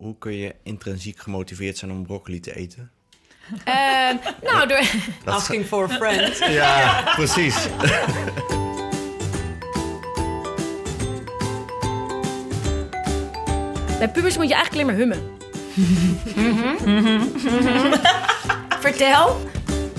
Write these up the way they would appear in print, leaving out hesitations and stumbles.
Hoe kun je intrinsiek gemotiveerd zijn om broccoli te eten? Door... Asking for a friend. Ja, precies. Bij pubers moet je eigenlijk alleen maar hummen. Vertel.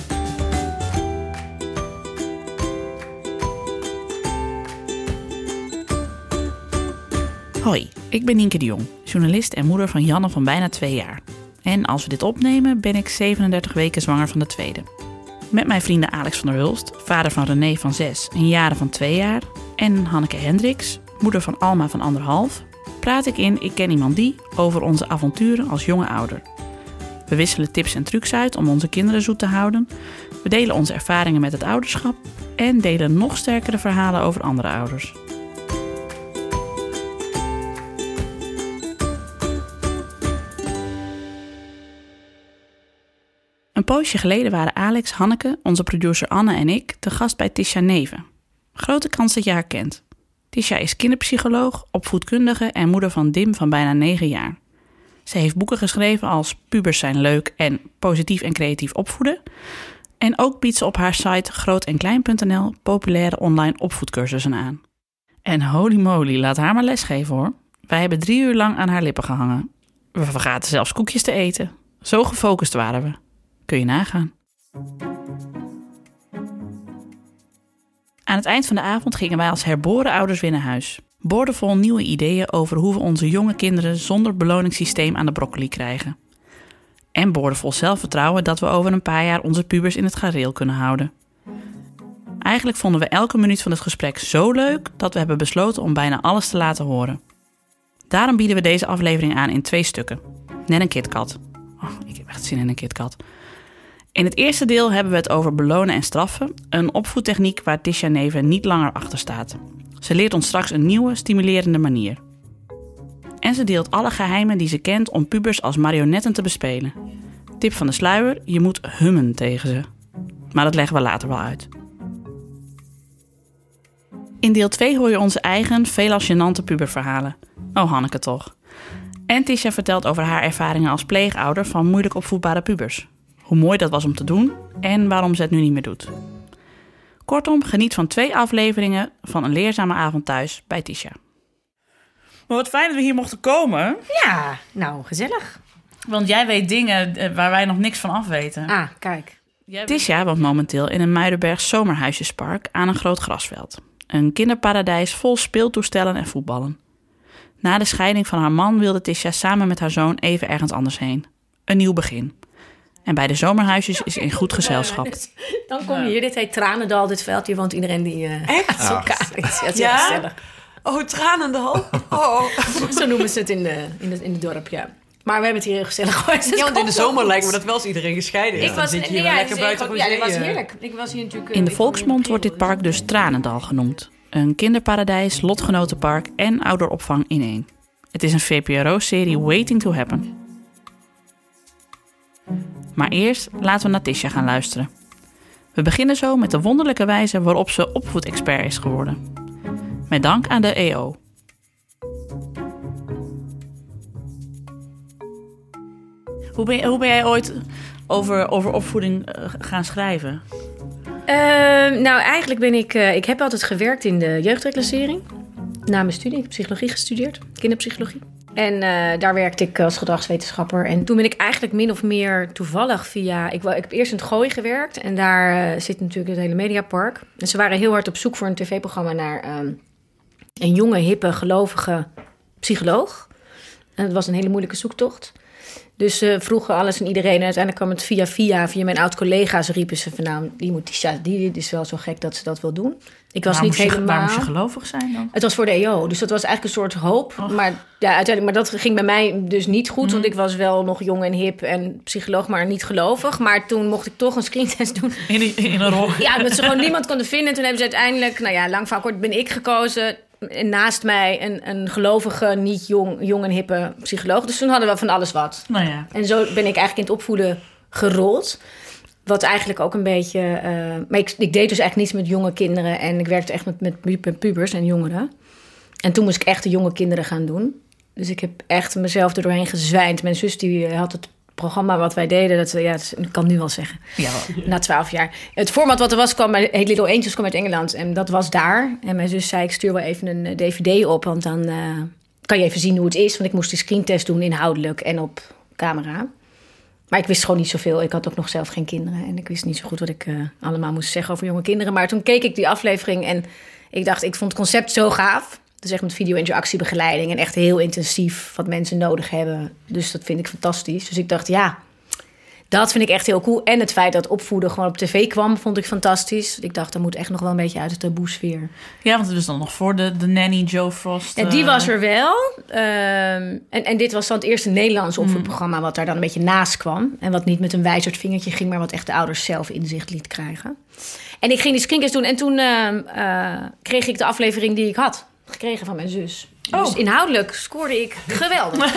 Hoi, ik ben Nienke de Jong, journalist en moeder van Janne van bijna 2 jaar. En als we dit opnemen, ben ik 37 weken zwanger van de tweede. Met mijn vrienden Alex van der Hulst, vader van René van 6 en Jaren van 2 jaar... en Hanneke Hendricks, moeder van Alma van 1,5... praat ik in Ik Ken Iemand Die over onze avonturen als jonge ouder. We wisselen tips en trucs uit om onze kinderen zoet te houden. We delen onze ervaringen met het ouderschap en delen nog sterkere verhalen over andere ouders. Een poosje geleden waren Alex, Hanneke, onze producer Anne en ik te gast bij Tisha Neven. Grote kans dat je haar kent. Tisha is kinderpsycholoog, opvoedkundige en moeder van Dim van bijna 9 jaar. Ze heeft boeken geschreven als Pubers zijn leuk en Positief en creatief opvoeden. En ook biedt ze op haar site grootenklein.nl populaire online opvoedcursussen aan. En holy moly, laat haar maar lesgeven hoor. Wij hebben 3 uur lang aan haar lippen gehangen. We vergaten zelfs koekjes te eten. Zo gefocust waren we. Kun je nagaan. Aan het eind van de avond gingen wij als herboren ouders weer naar huis. Boordevol nieuwe ideeën over hoe we onze jonge kinderen zonder beloningssysteem aan de broccoli krijgen. En boordevol zelfvertrouwen dat we over een paar jaar onze pubers in het gareel kunnen houden. Eigenlijk vonden we elke minuut van het gesprek zo leuk dat we hebben besloten om bijna alles te laten horen. Daarom bieden we deze aflevering aan in 2 stukken. Net een KitKat. Oh, ik heb echt zin in een KitKat. In het eerste deel hebben we het over belonen en straffen, een opvoedtechniek waar Tisha Neven niet langer achter staat. Ze leert ons straks een nieuwe, stimulerende manier. En ze deelt alle geheimen die ze kent om pubers als marionetten te bespelen. Tip van de sluier, je moet hummen tegen ze. Maar dat leggen we later wel uit. In deel 2 hoor je onze eigen, veelal gênante puberverhalen. Oh, Hanneke toch. En Tisha vertelt over haar ervaringen als pleegouder van moeilijk opvoedbare pubers. Hoe mooi dat was om te doen en waarom ze het nu niet meer doet. Kortom, geniet van 2 afleveringen van een leerzame avond thuis bij Tisha. Maar wat fijn dat we hier mochten komen. Ja, nou, gezellig. Want jij weet dingen waar wij nog niks van af weten. Ah, kijk. Tisha woont momenteel in een Muidenberg zomerhuisjespark aan een groot grasveld. Een kinderparadijs vol speeltoestellen en voetballen. Na de scheiding van haar man wilde Tisha samen met haar zoon even ergens anders heen. Een nieuw begin. En bij de zomerhuisjes is in goed gezelschap. Dan kom je hier, dit heet Tranendal, dit veld. Hier woont iedereen die uit elkaar is. Dat is heel gezellig. Oh, Tranendal. Oh. Zo noemen ze het in het dorp, ja. Maar we hebben het hier heel gezellig gehoord. Ja, want in de zomer lijkt me dat wel als iedereen gescheiden is. Dan zit je hier wel lekker buiten. Ja, dat was heerlijk. Ik was hier natuurlijk... In de volksmond wordt dit park dus Tranendal genoemd. Een kinderparadijs, lotgenotenpark en ouderopvang in één. Het is een VPRO-serie Waiting to Happen. Maar eerst laten we naar Tisha gaan luisteren. We beginnen zo met de wonderlijke wijze waarop ze opvoedexpert is geworden. Met dank aan de EO. Hoe ben jij ooit over opvoeding gaan schrijven? Nou, eigenlijk ben ik heb altijd gewerkt in de jeugdreclassering. Na mijn studie, ik heb psychologie gestudeerd, kinderpsychologie. En daar werkte ik als gedragswetenschapper. En toen ben ik eigenlijk min of meer toevallig via... Ik heb eerst in het Gooi gewerkt. En daar zit natuurlijk het hele Mediapark. En ze waren heel hard op zoek voor een tv-programma naar een jonge, hippe, gelovige psycholoog. En dat was een hele moeilijke zoektocht. Dus ze vroegen alles en iedereen. En uiteindelijk kwam het via mijn oud-collega's riepen ze van... nou, die is wel zo gek dat ze dat wil doen. Ik was niet helemaal... Waar moest je gelovig zijn dan? Het was voor de EO, dus dat was eigenlijk een soort hoop. Maar ja, uiteindelijk, maar dat ging bij mij dus niet goed. Want ik was wel nog jong en hip en psycholoog, maar niet gelovig. Maar toen mocht ik toch een screentest doen. In een rok? Ja, omdat ze gewoon niemand konden vinden. En toen hebben ze uiteindelijk, nou ja, lang verhaal kort, ben ik gekozen... En naast mij een gelovige, niet jong en hippe psycholoog. Dus toen hadden we van alles wat. Nou ja. En zo ben ik eigenlijk in het opvoeden gerold. Wat eigenlijk ook een beetje... maar ik deed dus eigenlijk niets met jonge kinderen. En ik werkte echt met pubers en jongeren. En toen moest ik echt de jonge kinderen gaan doen. Dus ik heb echt mezelf er doorheen gezwijnd. Mijn zus die had het programma wat wij deden. Ik kan nu wel zeggen. Ja. Na 12 jaar. Het format wat er was, heet Little Angels, kwam uit Engeland. En dat was daar. En mijn zus zei, ik stuur wel even een DVD op. Want dan kan je even zien hoe het is. Want ik moest die screentest doen inhoudelijk en op camera. Maar ik wist gewoon niet zoveel. Ik had ook nog zelf geen kinderen. En ik wist niet zo goed wat ik allemaal moest zeggen over jonge kinderen. Maar toen keek ik die aflevering en ik dacht, ik vond het concept zo gaaf. Dus echt met video-interactiebegeleiding en echt heel intensief wat mensen nodig hebben. Dus dat vind ik fantastisch. Dus ik dacht, ja, dat vind ik echt heel cool. En het feit dat opvoeden gewoon op tv kwam, vond ik fantastisch. Ik dacht, dat moet echt nog wel een beetje uit de taboesfeer. Ja, want het was dan nog voor de nanny Jo Frost. En die was er wel. En dit was dan het eerste Nederlands opvoedprogramma wat daar dan een beetje naast kwam. En wat niet met een wijzerd vingertje ging, maar wat echt de ouders zelf inzicht liet krijgen. En ik ging die screencast doen en toen kreeg ik de aflevering die ik had gekregen van mijn zus. Oh. Dus inhoudelijk scoorde ik geweldig.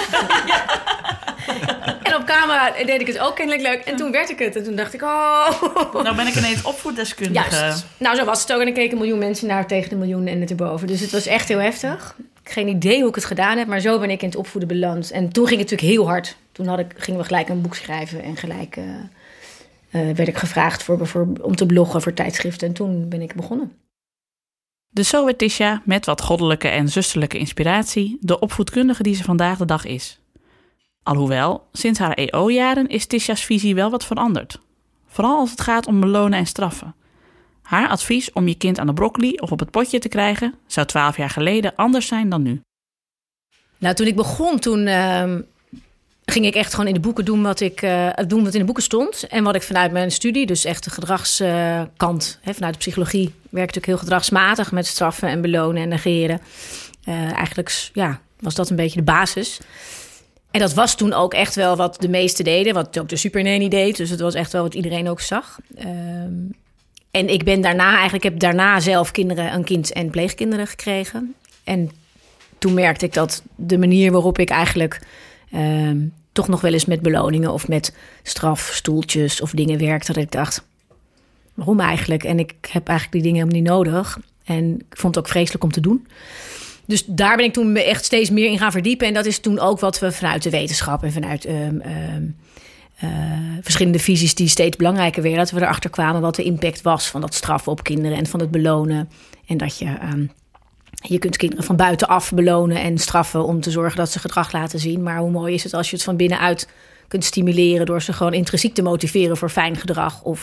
En op camera deed ik het ook kennelijk leuk. En toen werd ik het. En toen dacht ik, Nou ben ik ineens opvoeddeskundige. Juist. Nou, zo was het ook. En dan keken 1 miljoen mensen naar tegen de miljoen en het erboven. Dus het was echt heel heftig. Ik heb geen idee hoe ik het gedaan heb. Maar zo ben ik in het opvoeden beland. En toen ging het natuurlijk heel hard. Toen gingen we gelijk een boek schrijven. En gelijk werd ik gevraagd om te bloggen voor tijdschriften. En toen ben ik begonnen. Dus zo werd Tisha, met wat goddelijke en zusterlijke inspiratie, de opvoedkundige die ze vandaag de dag is. Alhoewel, sinds haar EO-jaren is Tisha's visie wel wat veranderd. Vooral als het gaat om belonen en straffen. Haar advies om je kind aan de broccoli of op het potje te krijgen zou 12 jaar geleden anders zijn dan nu. Nou, toen ik begon, ging ik echt gewoon in de boeken doen wat in de boeken stond. En wat ik vanuit mijn studie, dus echt de gedragskant, vanuit de psychologie, werk ik natuurlijk heel gedragsmatig met straffen en belonen en negeren. Eigenlijk was dat een beetje de basis. En dat was toen ook echt wel wat de meesten deden, wat ook de Supernanny deed. Dus het was echt wel wat iedereen ook zag. En ik ben heb daarna zelf een kind en pleegkinderen gekregen. En toen merkte ik dat de manier waarop ik eigenlijk toch nog wel eens met beloningen of met strafstoeltjes of dingen werkte, dat ik dacht, waarom eigenlijk? En ik heb eigenlijk die dingen helemaal niet nodig. En ik vond het ook vreselijk om te doen. Dus daar ben ik toen echt steeds meer in gaan verdiepen. En dat is toen ook wat we vanuit de wetenschap en vanuit verschillende visies die steeds belangrijker werden, dat we erachter kwamen wat de impact was van dat straffen op kinderen en van het belonen. En dat je kunt kinderen van buitenaf belonen en straffen om te zorgen dat ze gedrag laten zien. Maar hoe mooi is het als je het van binnenuit kunt stimuleren door ze gewoon intrinsiek te motiveren voor fijn gedrag of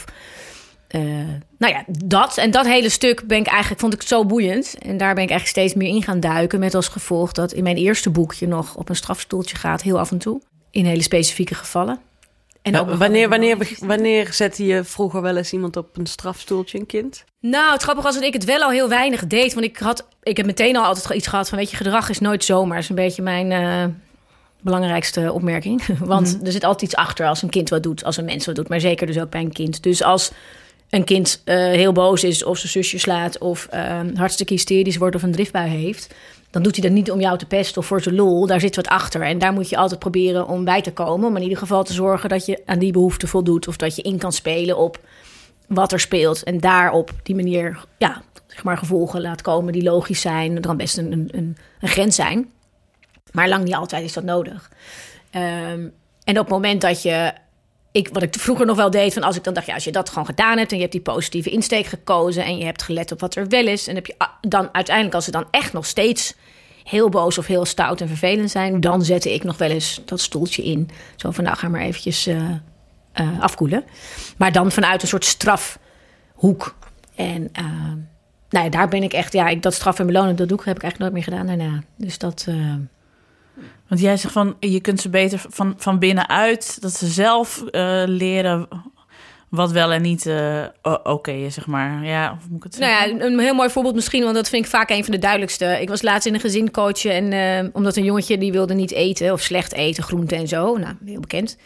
dat. En dat hele stuk vond ik zo boeiend. En daar ben ik eigenlijk steeds meer in gaan duiken. Met als gevolg dat in mijn eerste boekje nog op een strafstoeltje gaat, heel af en toe. In hele specifieke gevallen. En ook wanneer zette je vroeger wel eens iemand op een strafstoeltje, een kind? Nou, het grappige was dat ik het wel al heel weinig deed. Want ik heb meteen al altijd iets gehad van, gedrag is nooit zomaar. Dat is een beetje mijn belangrijkste opmerking. Want er zit altijd iets achter als een kind wat doet, als een mens wat doet. Maar zeker dus ook bij een kind. Dus als een kind heel boos is of zijn zusje slaat of hartstikke hysterisch wordt of een driftbui heeft, dan doet hij dat niet om jou te pesten of voor zijn lol. Daar zit wat achter. En daar moet je altijd proberen om bij te komen. Om in ieder geval te zorgen dat je aan die behoefte voldoet. Of dat je in kan spelen op wat er speelt. En daar op die manier gevolgen laat komen die logisch zijn. Er kan best een grens zijn. Maar lang niet altijd is dat nodig. En op het moment dat wat ik vroeger nog wel deed, van als ik dan dacht, als je dat gewoon gedaan hebt en je hebt die positieve insteek gekozen en je hebt gelet op wat er wel is, en heb je dan uiteindelijk, als ze dan echt nog steeds heel boos of heel stout en vervelend zijn, dan zette ik nog wel eens dat stoeltje in. Zo van, ga maar eventjes afkoelen. Maar dan vanuit een soort strafhoek. En daar ben ik echt, dat straf en belonen, dat doe ik, heb ik eigenlijk nooit meer gedaan daarna. Dus dat. Want jij zegt van, je kunt ze beter van binnenuit, dat ze zelf leren wat wel en niet oké is, zeg maar. Ja, of moet ik het zeggen? Nou ja, een heel mooi voorbeeld misschien, want dat vind ik vaak een van de duidelijkste. Ik was laatst in een gezin coachen en omdat een jongetje die wilde niet eten of slecht eten, groenten en zo. Nou, heel bekend.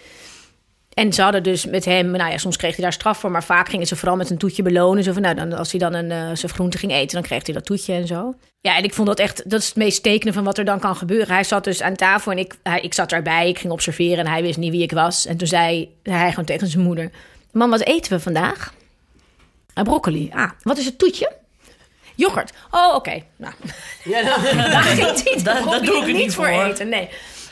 En ze hadden dus met hem, soms kreeg hij daar straf voor, maar vaak gingen ze vooral met een toetje belonen. Zo van, dan, als hij dan zijn groente ging eten, dan kreeg hij dat toetje en zo. Ja, en ik vond dat is het meest tekenen van wat er dan kan gebeuren. Hij zat dus aan tafel en ik zat daarbij, ik ging observeren en hij wist niet wie ik was. En toen zei hij gewoon tegen zijn moeder: "Mam, wat eten we vandaag?" Broccoli. Wat is het toetje? Yoghurt. Oh, oké. Nou, daar ging niet. Dat doe ik er niet voor eten. Nee.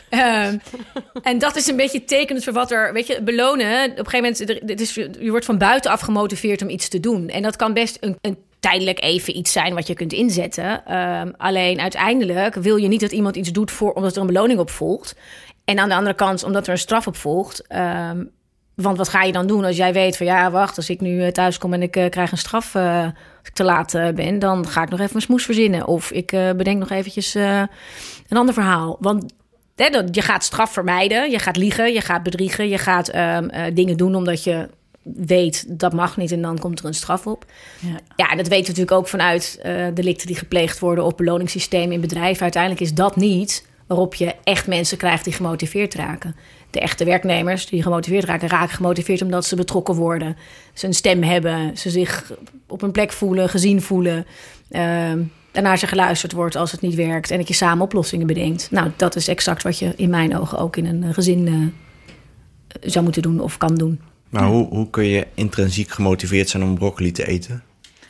En dat is een beetje tekenend voor wat er... Weet je, belonen... Op een gegeven moment... je wordt van buitenaf gemotiveerd om iets te doen. En dat kan best een tijdelijk even iets zijn wat je kunt inzetten. Alleen uiteindelijk wil je niet dat iemand iets doet omdat er een beloning op volgt. En aan de andere kant omdat er een straf op volgt. Want wat ga je dan doen als jij weet van... ja, wacht, als ik nu thuis kom en ik krijg een straf... als ik te laat ben, dan ga ik nog even een smoes verzinnen. Of ik bedenk nog eventjes een ander verhaal. Want je gaat straf vermijden. Je gaat liegen, je gaat bedriegen. Je gaat dingen doen omdat je weet dat mag niet... en dan komt er een straf op. Ja, dat weten we natuurlijk ook vanuit delicten die gepleegd worden... op beloningssystemen in bedrijven. Uiteindelijk is dat niet waarop je echt mensen krijgt die gemotiveerd raken. De echte werknemers die gemotiveerd raken gemotiveerd omdat ze betrokken worden. Ze een stem hebben, ze zich op een plek voelen, gezien voelen. En naar ze geluisterd wordt als het niet werkt. En dat je samen oplossingen bedenkt. Nou, dat is exact wat je in mijn ogen ook in een gezin zou moeten doen of kan doen. Maar hoe kun je intrinsiek gemotiveerd zijn om broccoli te eten?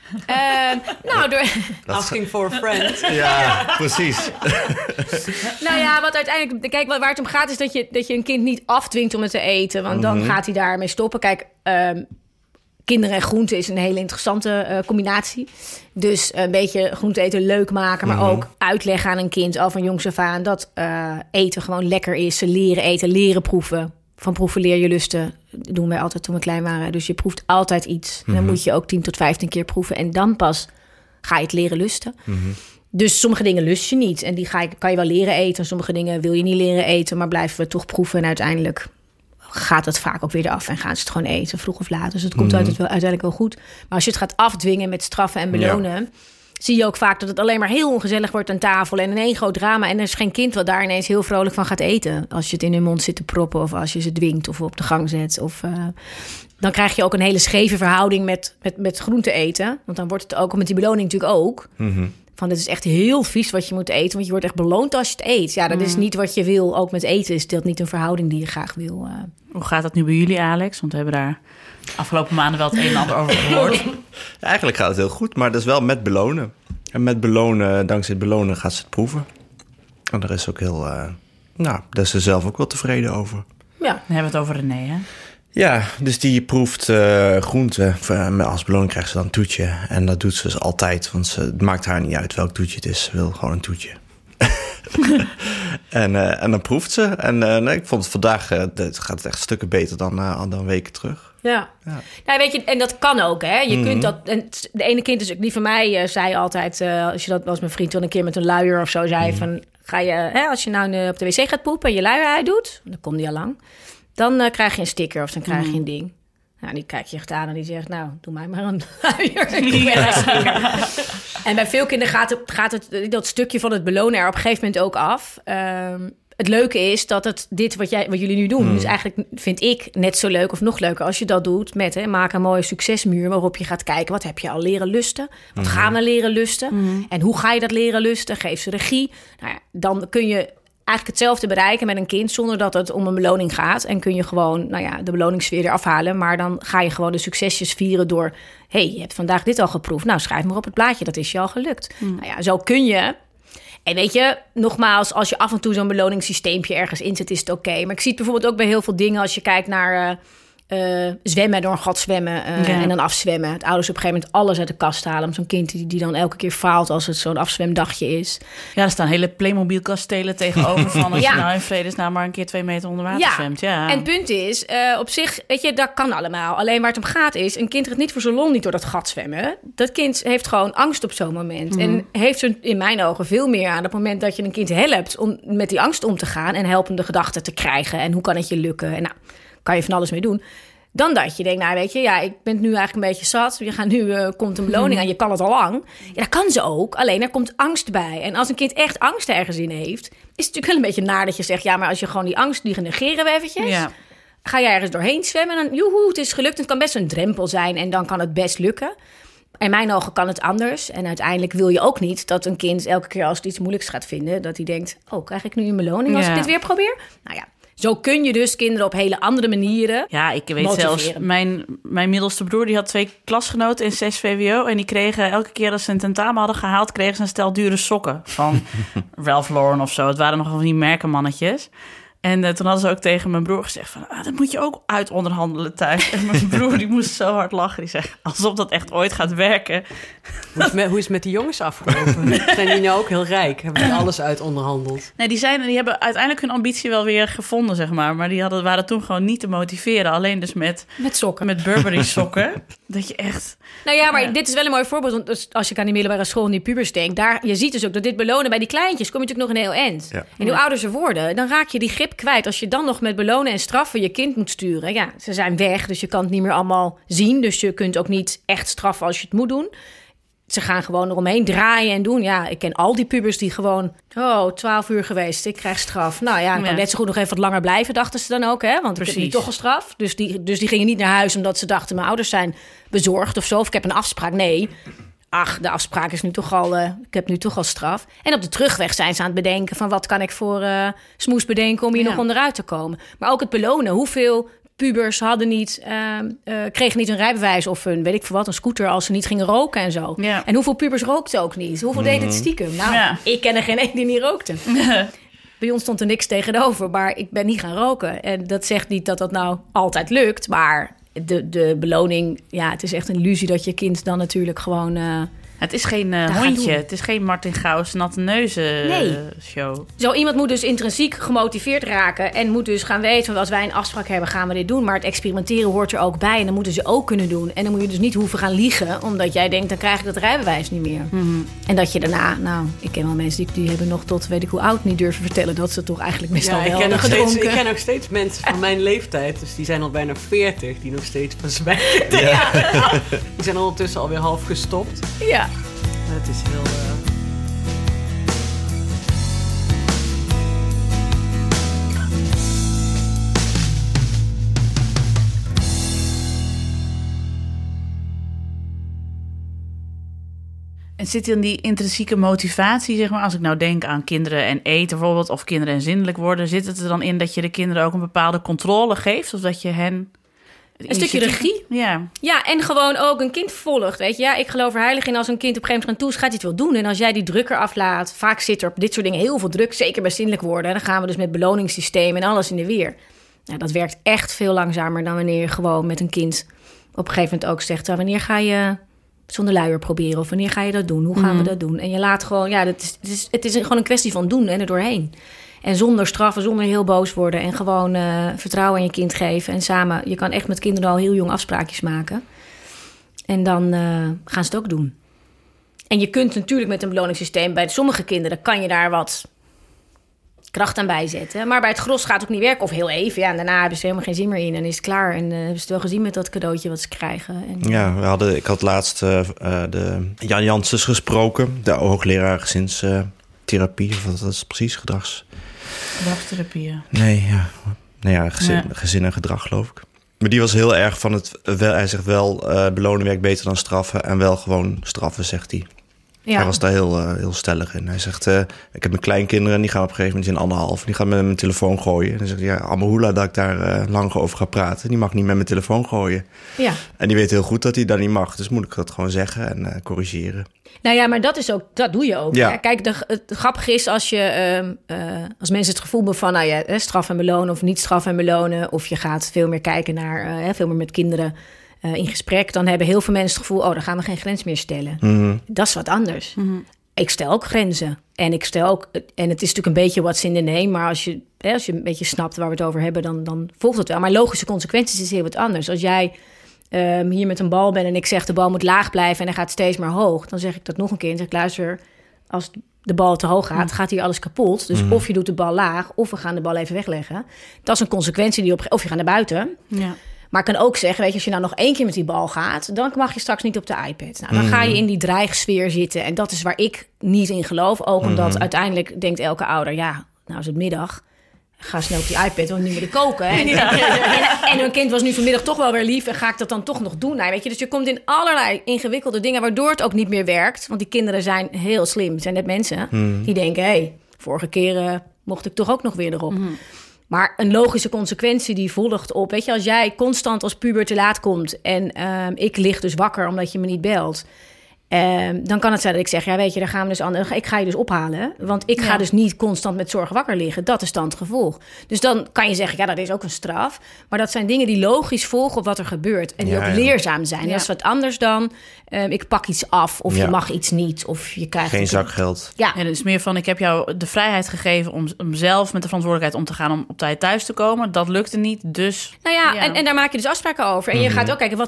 Door... Asking for a friend. Ja, precies. Nou ja, wat uiteindelijk... Kijk, waar het om gaat is dat je een kind niet afdwingt om het te eten. Want dan gaat hij daarmee stoppen. Kijk, kinderen en groenten is een hele interessante combinatie. Dus een beetje groente eten leuk maken... maar ook uitleggen aan een kind al van jongs af aan... dat eten gewoon lekker is. Ze leren eten, leren proeven. Van proeven leer je lusten. Dat doen wij altijd toen we klein waren. Dus je proeft altijd iets. Dan moet je ook 10 tot 15 keer proeven. En dan pas ga je het leren lusten. Dus sommige dingen lust je niet. En die kan je wel leren eten. Sommige dingen wil je niet leren eten. Maar blijven we toch proeven. En uiteindelijk gaat het vaak ook weer eraf. En gaan ze het gewoon eten, vroeg of laat. Dus het komt uiteindelijk wel goed. Maar als je het gaat afdwingen met straffen en belonen... Ja. Zie je ook vaak dat het alleen maar heel ongezellig wordt aan tafel... en in één groot drama. En er is geen kind wat daar ineens heel vrolijk van gaat eten... als je het in hun mond zit te proppen... of als je ze dwingt of op de gang zet. Dan krijg je ook een hele scheve verhouding met groente eten. Want dan wordt het ook, met die beloning natuurlijk ook... van het is echt heel vies wat je moet eten... want je wordt echt beloond als je het eet. Ja, dat is niet wat je wil. Ook met eten is dat niet een verhouding die je graag wil. Hoe gaat dat nu bij jullie, Alex? Want we hebben daar afgelopen maanden wel het een en ander over gehoord. Ja, eigenlijk gaat het heel goed, maar dat is wel met belonen. En met belonen, dankzij het belonen gaat ze het proeven. En daar is ook heel... daar is ze zelf ook wel tevreden over. Ja. Dan hebben we het over René, hè? Ja, dus die proeft groente. Als beloning krijgt ze dan een toetje. En dat doet ze dus altijd, want het maakt haar niet uit welk toetje het is. Ze wil gewoon een toetje. En dan proeft ze. En ik vond het vandaag gaat het echt stukken beter dan weken terug. Ja. Nou, weet je, en dat kan ook, hè. Je kunt dat... En de ene kind is ook... Die van mij zei altijd... als mijn vriend dan een keer met een luier of zo zei... van ga je... als je nou op de wc gaat poepen en je luier uitdoet... dan komt die al lang... dan krijg je een sticker of dan krijg je een ding. Nou, die kijkt je echt aan en die zegt... nou, doe mij maar een luier. En bij veel kinderen gaat het dat stukje van het belonen er op een gegeven moment ook af... Het leuke is dat wat jullie nu doen... dus eigenlijk vind ik net zo leuk of nog leuker... als je dat doet met maak een mooie succesmuur... waarop je gaat kijken, wat heb je al leren lusten? Wat gaan we leren lusten? En hoe ga je dat leren lusten? Geef ze regie. Nou ja, dan kun je eigenlijk hetzelfde bereiken met een kind... zonder dat het om een beloning gaat. En kun je gewoon de beloningssfeer eraf halen... maar dan ga je gewoon de succesjes vieren door... hey, je hebt vandaag dit al geproefd. Nou, schrijf maar op het blaadje, dat is je al gelukt. Nou ja, zo kun je... En weet je, nogmaals, als je af en toe zo'n beloningssysteempje ergens inzet, is het oké. Maar ik zie het bijvoorbeeld ook bij heel veel dingen als je kijkt naar zwemmen, door een gat zwemmen en dan afzwemmen. Het ouders op een gegeven moment alles uit de kast halen om zo'n kind die dan elke keer faalt als het zo'n afzwemdagje is. Ja, er staan hele Playmobil-kastelen tegenover van als je nou in vredesnaam maar een keer 2 meter onder water zwemt. Ja. En het punt is, op zich, weet je, dat kan allemaal. Alleen waar het om gaat is, een kind gaat niet voor zijn lol niet door dat gat zwemmen. Dat kind heeft gewoon angst op zo'n moment. En heeft er in mijn ogen veel meer aan op het moment dat je een kind helpt om met die angst om te gaan en helpende gedachten te krijgen. En hoe kan het je lukken? En nou, kan je van alles mee doen. Dan dat je denkt, nou weet je, ik ben nu eigenlijk een beetje zat. Je gaat nu, komt een beloning aan, je kan het al lang. Ja, dat kan ze ook, alleen er komt angst bij. En als een kind echt angst ergens in heeft... is het natuurlijk wel een beetje naar dat je zegt... ja, maar als je gewoon die angst, die negeren we eventjes. Ja. Ga je ergens doorheen zwemmen en dan, joehoe, het is gelukt. Het kan best een drempel zijn en dan kan het best lukken. In mijn ogen kan het anders. En uiteindelijk wil je ook niet dat een kind elke keer als het iets moeilijks gaat vinden... dat hij denkt, krijg ik nu een beloning als ik dit weer probeer? Nou ja. Zo kun je dus kinderen op hele andere manieren Ja, ik weet motiveren. zelfs, mijn middelste broer die had 2 klasgenoten in 6 VWO. En die kregen elke keer als ze een tentamen hadden gehaald, kregen ze een stel dure sokken van Ralph Lauren of zo. Het waren nog van die merkenmannetjes. En toen hadden ze ook tegen mijn broer gezegd van, dat moet je ook uit onderhandelen thuis. En mijn broer die moest zo hard lachen. Die zegt, alsof dat echt ooit gaat werken. Hoe is het met die jongens afgelopen? Zijn die nou ook heel rijk? Hebben die alles uit onderhandeld? Nee, die hebben uiteindelijk hun ambitie wel weer gevonden, zeg maar. Maar die waren toen gewoon niet te motiveren. Alleen dus met sokken. Met Burberry sokken. Dat je echt... Nou ja, maar dit is wel een mooi voorbeeld. Want als je aan die middelbare school en die pubers denkt, je ziet dus ook dat dit belonen bij die kleintjes, kom je natuurlijk nog een heel eind. Ja. En hoe ouder ze worden, dan raak je die grip kwijt. Als je dan nog met belonen en straffen je kind moet sturen. Ja, ze zijn weg, dus je kan het niet meer allemaal zien. Dus je kunt ook niet echt straffen als je het moet doen. Ze gaan gewoon eromheen draaien en doen. Ja, ik ken al die pubers die gewoon... 12 uur geweest, ik krijg straf. Nou ja, ik kan net zo goed nog even wat langer blijven, dachten ze dan ook. Hè? Want ik heb nu toch een straf. Dus die gingen niet naar huis omdat ze dachten, mijn ouders zijn bezorgd of zo. Of ik heb een afspraak. Nee, de afspraak is nu toch al... ik heb nu toch al straf. En op de terugweg zijn ze aan het bedenken van... wat kan ik voor smoes bedenken om hier nog onderuit te komen. Maar ook het belonen. Hoeveel pubers kregen niet een rijbewijs of een, weet ik veel wat, een scooter als ze niet gingen roken en zo. Ja. En hoeveel pubers rookten ook niet? Hoeveel deden het stiekem? Nou, ik ken er geen één die niet rookte. Bij ons stond er niks tegenover, maar ik ben niet gaan roken. En dat zegt niet dat dat nou altijd lukt, maar de beloning, ja, het is echt een illusie dat je kind dan natuurlijk gewoon... Het is geen hondje. Het is geen Martin Gauws natte neuzen show. Zo iemand moet dus intrinsiek gemotiveerd raken en moet dus gaan weten, als wij een afspraak hebben, gaan we dit doen. Maar het experimenteren hoort er ook bij en dan moeten ze ook kunnen doen. En dan moet je dus niet hoeven gaan liegen, omdat jij denkt, dan krijg ik dat rijbewijs niet meer. Mm-hmm. En dat je daarna, ik ken wel mensen die hebben nog tot weet ik hoe oud niet durven vertellen dat ze toch eigenlijk meestal wel gedronken. Ik ken ook steeds mensen van mijn leeftijd, dus die zijn al bijna 40, die nog steeds verzwijgen. Ja. Die zijn ondertussen alweer half gestopt. Ja. Het is heel... En zit in die intrinsieke motivatie, zeg maar, als ik nou denk aan kinderen en eten bijvoorbeeld, of kinderen en zindelijk worden, zit het er dan in dat je de kinderen ook een bepaalde controle geeft? Of dat je hen... Een stukje regie. Ja, en gewoon ook een kind volgt, weet je. Ja, ik geloof er heilig in als een kind op een gegeven moment gaat hij het wil doen. En als jij die druk eraf laat, vaak zit er op dit soort dingen heel veel druk, zeker bij zindelijk worden. Dan gaan we dus met beloningssysteem en alles in de weer. Nou, dat werkt echt veel langzamer dan wanneer je gewoon met een kind op een gegeven moment ook zegt, wanneer ga je zonder luier proberen? Of wanneer ga je dat doen? Hoe gaan we dat doen? En je laat gewoon, het is gewoon een kwestie van doen en er doorheen. En zonder straffen, zonder heel boos worden. En gewoon vertrouwen aan je kind geven. En samen, je kan echt met kinderen al heel jong afspraakjes maken. En dan gaan ze het ook doen. En je kunt natuurlijk met een beloningssysteem... bij sommige kinderen kan je daar wat kracht aan bijzetten. Maar bij het gros gaat het ook niet werken. Of heel even. Ja, en daarna hebben ze helemaal geen zin meer in. En is het klaar. En hebben ze het wel gezien met dat cadeautje wat ze krijgen. En, ja, ik had laatst de Jan Janssens gesproken. De hoogleraar gezinstherapie. Of wat is precies? Gedragstherapie. Nee, ja. Nou ja, gezin en gedrag, geloof ik. Maar die was heel erg van het... Hij zegt wel, belonen werkt beter dan straffen. En wel gewoon straffen, zegt hij. Ja. Hij was daar heel stellig in. Hij zegt, ik heb mijn kleinkinderen en die gaan op een gegeven moment in 1,5. Die gaan met mijn telefoon gooien. En dan zegt hij, Amahula dat ik daar lang over ga praten. Die mag niet met mijn telefoon gooien. Ja. En die weet heel goed dat hij dat niet mag. Dus moet ik dat gewoon zeggen en corrigeren. Nou ja, maar dat doe je ook. Ja. Kijk, het grappige is als als mensen het gevoel hebben van straf en belonen of niet straf en belonen, of je gaat veel meer kijken naar veel meer met kinderen in gesprek, dan hebben heel veel mensen het gevoel, dan gaan we geen grens meer stellen. Mm-hmm. Dat is wat anders. Mm-hmm. Ik stel ook grenzen. En het is natuurlijk een beetje what's in the name, maar als je een beetje snapt waar we het over hebben, dan volgt het wel. Maar logische consequenties is heel wat anders. Als jij hier met een bal ben en ik zeg de bal moet laag blijven en hij gaat steeds maar hoog, dan zeg ik dat nog een keer en zeg ik, luister, als de bal te hoog gaat, gaat hier alles kapot. Dus of je doet de bal laag, of we gaan de bal even wegleggen. Dat is een consequentie of je gaat naar buiten. Ja. Maar ik kan ook zeggen, weet je, als je nou nog 1 keer met die bal gaat, dan mag je straks niet op de iPad. Nou, dan ga je in die dreigsfeer zitten. En dat is waar ik niet in geloof. Ook omdat uiteindelijk denkt elke ouder, nou is het middag. Ga snel op die iPad, want nu moet ik koken. En hun kind was nu vanmiddag toch wel weer lief. En ga ik dat dan toch nog doen? Nou, weet je, dus je komt in allerlei ingewikkelde dingen, waardoor het ook niet meer werkt. Want die kinderen zijn heel slim. Het zijn net mensen die denken, vorige keer mocht ik toch ook nog weer erop. Maar een logische consequentie die volgt op... Weet je, als jij constant als puber te laat komt... en ik lig dus wakker omdat je me niet belt... dan kan het zijn dat ik zeg... ja, weet je, daar gaan we dus aan. Ik ga je dus ophalen. Want ik ga dus niet constant met zorg wakker liggen. Dat is dan het gevolg. Dus dan kan je zeggen... ja, dat is ook een straf. Maar dat zijn dingen die logisch volgen op wat er gebeurt. En die ook leerzaam zijn. Dat is wat anders dan... ik pak iets af of je mag iets niet. Of je krijgt geen zakgeld. Ja, en het is meer van... ik heb jou de vrijheid gegeven om zelf met de verantwoordelijkheid om te gaan... om op tijd thuis te komen. Dat lukte niet, dus... Nou ja, en daar maak je dus afspraken over. En je gaat ook kijken...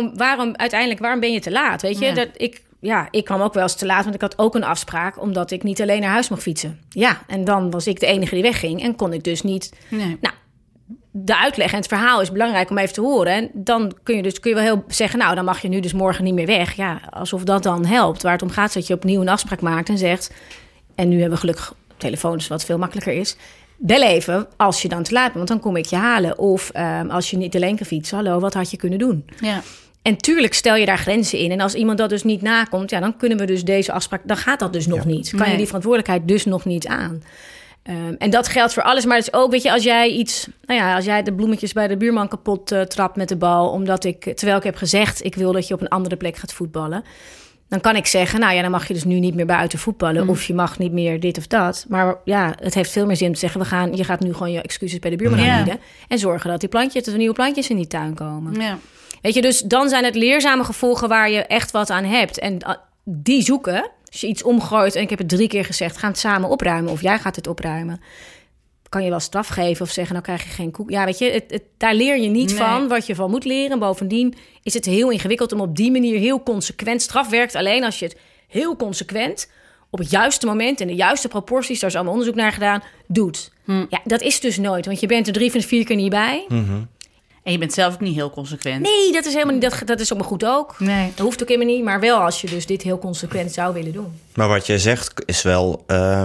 waarom ben je te laat? Weet je, ik kwam ook wel eens te laat, want ik had ook een afspraak... omdat ik niet alleen naar huis mocht fietsen. Ja, en dan was ik de enige die wegging en kon ik dus niet... Nee. Nou, de uitleg en het verhaal is belangrijk om even te horen. En dan kun je wel heel zeggen... nou, dan mag je nu dus morgen niet meer weg. Ja, alsof dat dan helpt. Waar het om gaat is dat je opnieuw een afspraak maakt en zegt... en nu hebben we gelukkig telefoons wat veel makkelijker is... bel even als je dan te laat bent, want dan kom ik je halen. Of als je niet alleen kan fietsen, hallo, wat had je kunnen doen? Ja. En tuurlijk stel je daar grenzen in. En als iemand dat dus niet nakomt... ja, dan kunnen we dus deze afspraak... dan gaat dat dus nog niet. Kan je die verantwoordelijkheid dus nog niet aan. En dat geldt voor alles. Maar het is ook, weet je, als jij iets... nou ja, als jij de bloemetjes bij de buurman kapot trapt met de bal... omdat terwijl ik heb gezegd... ik wil dat je op een andere plek gaat voetballen... dan kan ik zeggen, nou ja, dan mag je dus nu niet meer buiten voetballen... of je mag niet meer dit of dat. Maar ja, het heeft veel meer zin om te zeggen... je gaat nu gewoon je excuses bij de buurman aanbieden... en zorgen dat er nieuwe plantjes in die tuin komen. Ja. Weet je, dus dan zijn het leerzame gevolgen waar je echt wat aan hebt. En die zoeken, als je iets omgooit... en ik heb het 3 keer gezegd, gaan het samen opruimen... of jij gaat het opruimen. Kan je wel straf geven of zeggen, nou krijg je geen koek. Ja, weet je, daar leer je niet van wat je van moet leren. Bovendien is het heel ingewikkeld om op die manier heel consequent... straf werkt alleen als je het heel consequent... op het juiste moment en de juiste proporties... daar is allemaal onderzoek naar gedaan, doet. Ja, dat is dus nooit, want je bent er 3 van de 4 keer niet bij... En je bent zelf ook niet heel consequent. Nee, dat is helemaal niet. Dat is ook maar goed ook. Nee. Dat hoeft ook helemaal niet. Maar wel als je dus dit heel consequent zou willen doen. Maar wat jij zegt is wel...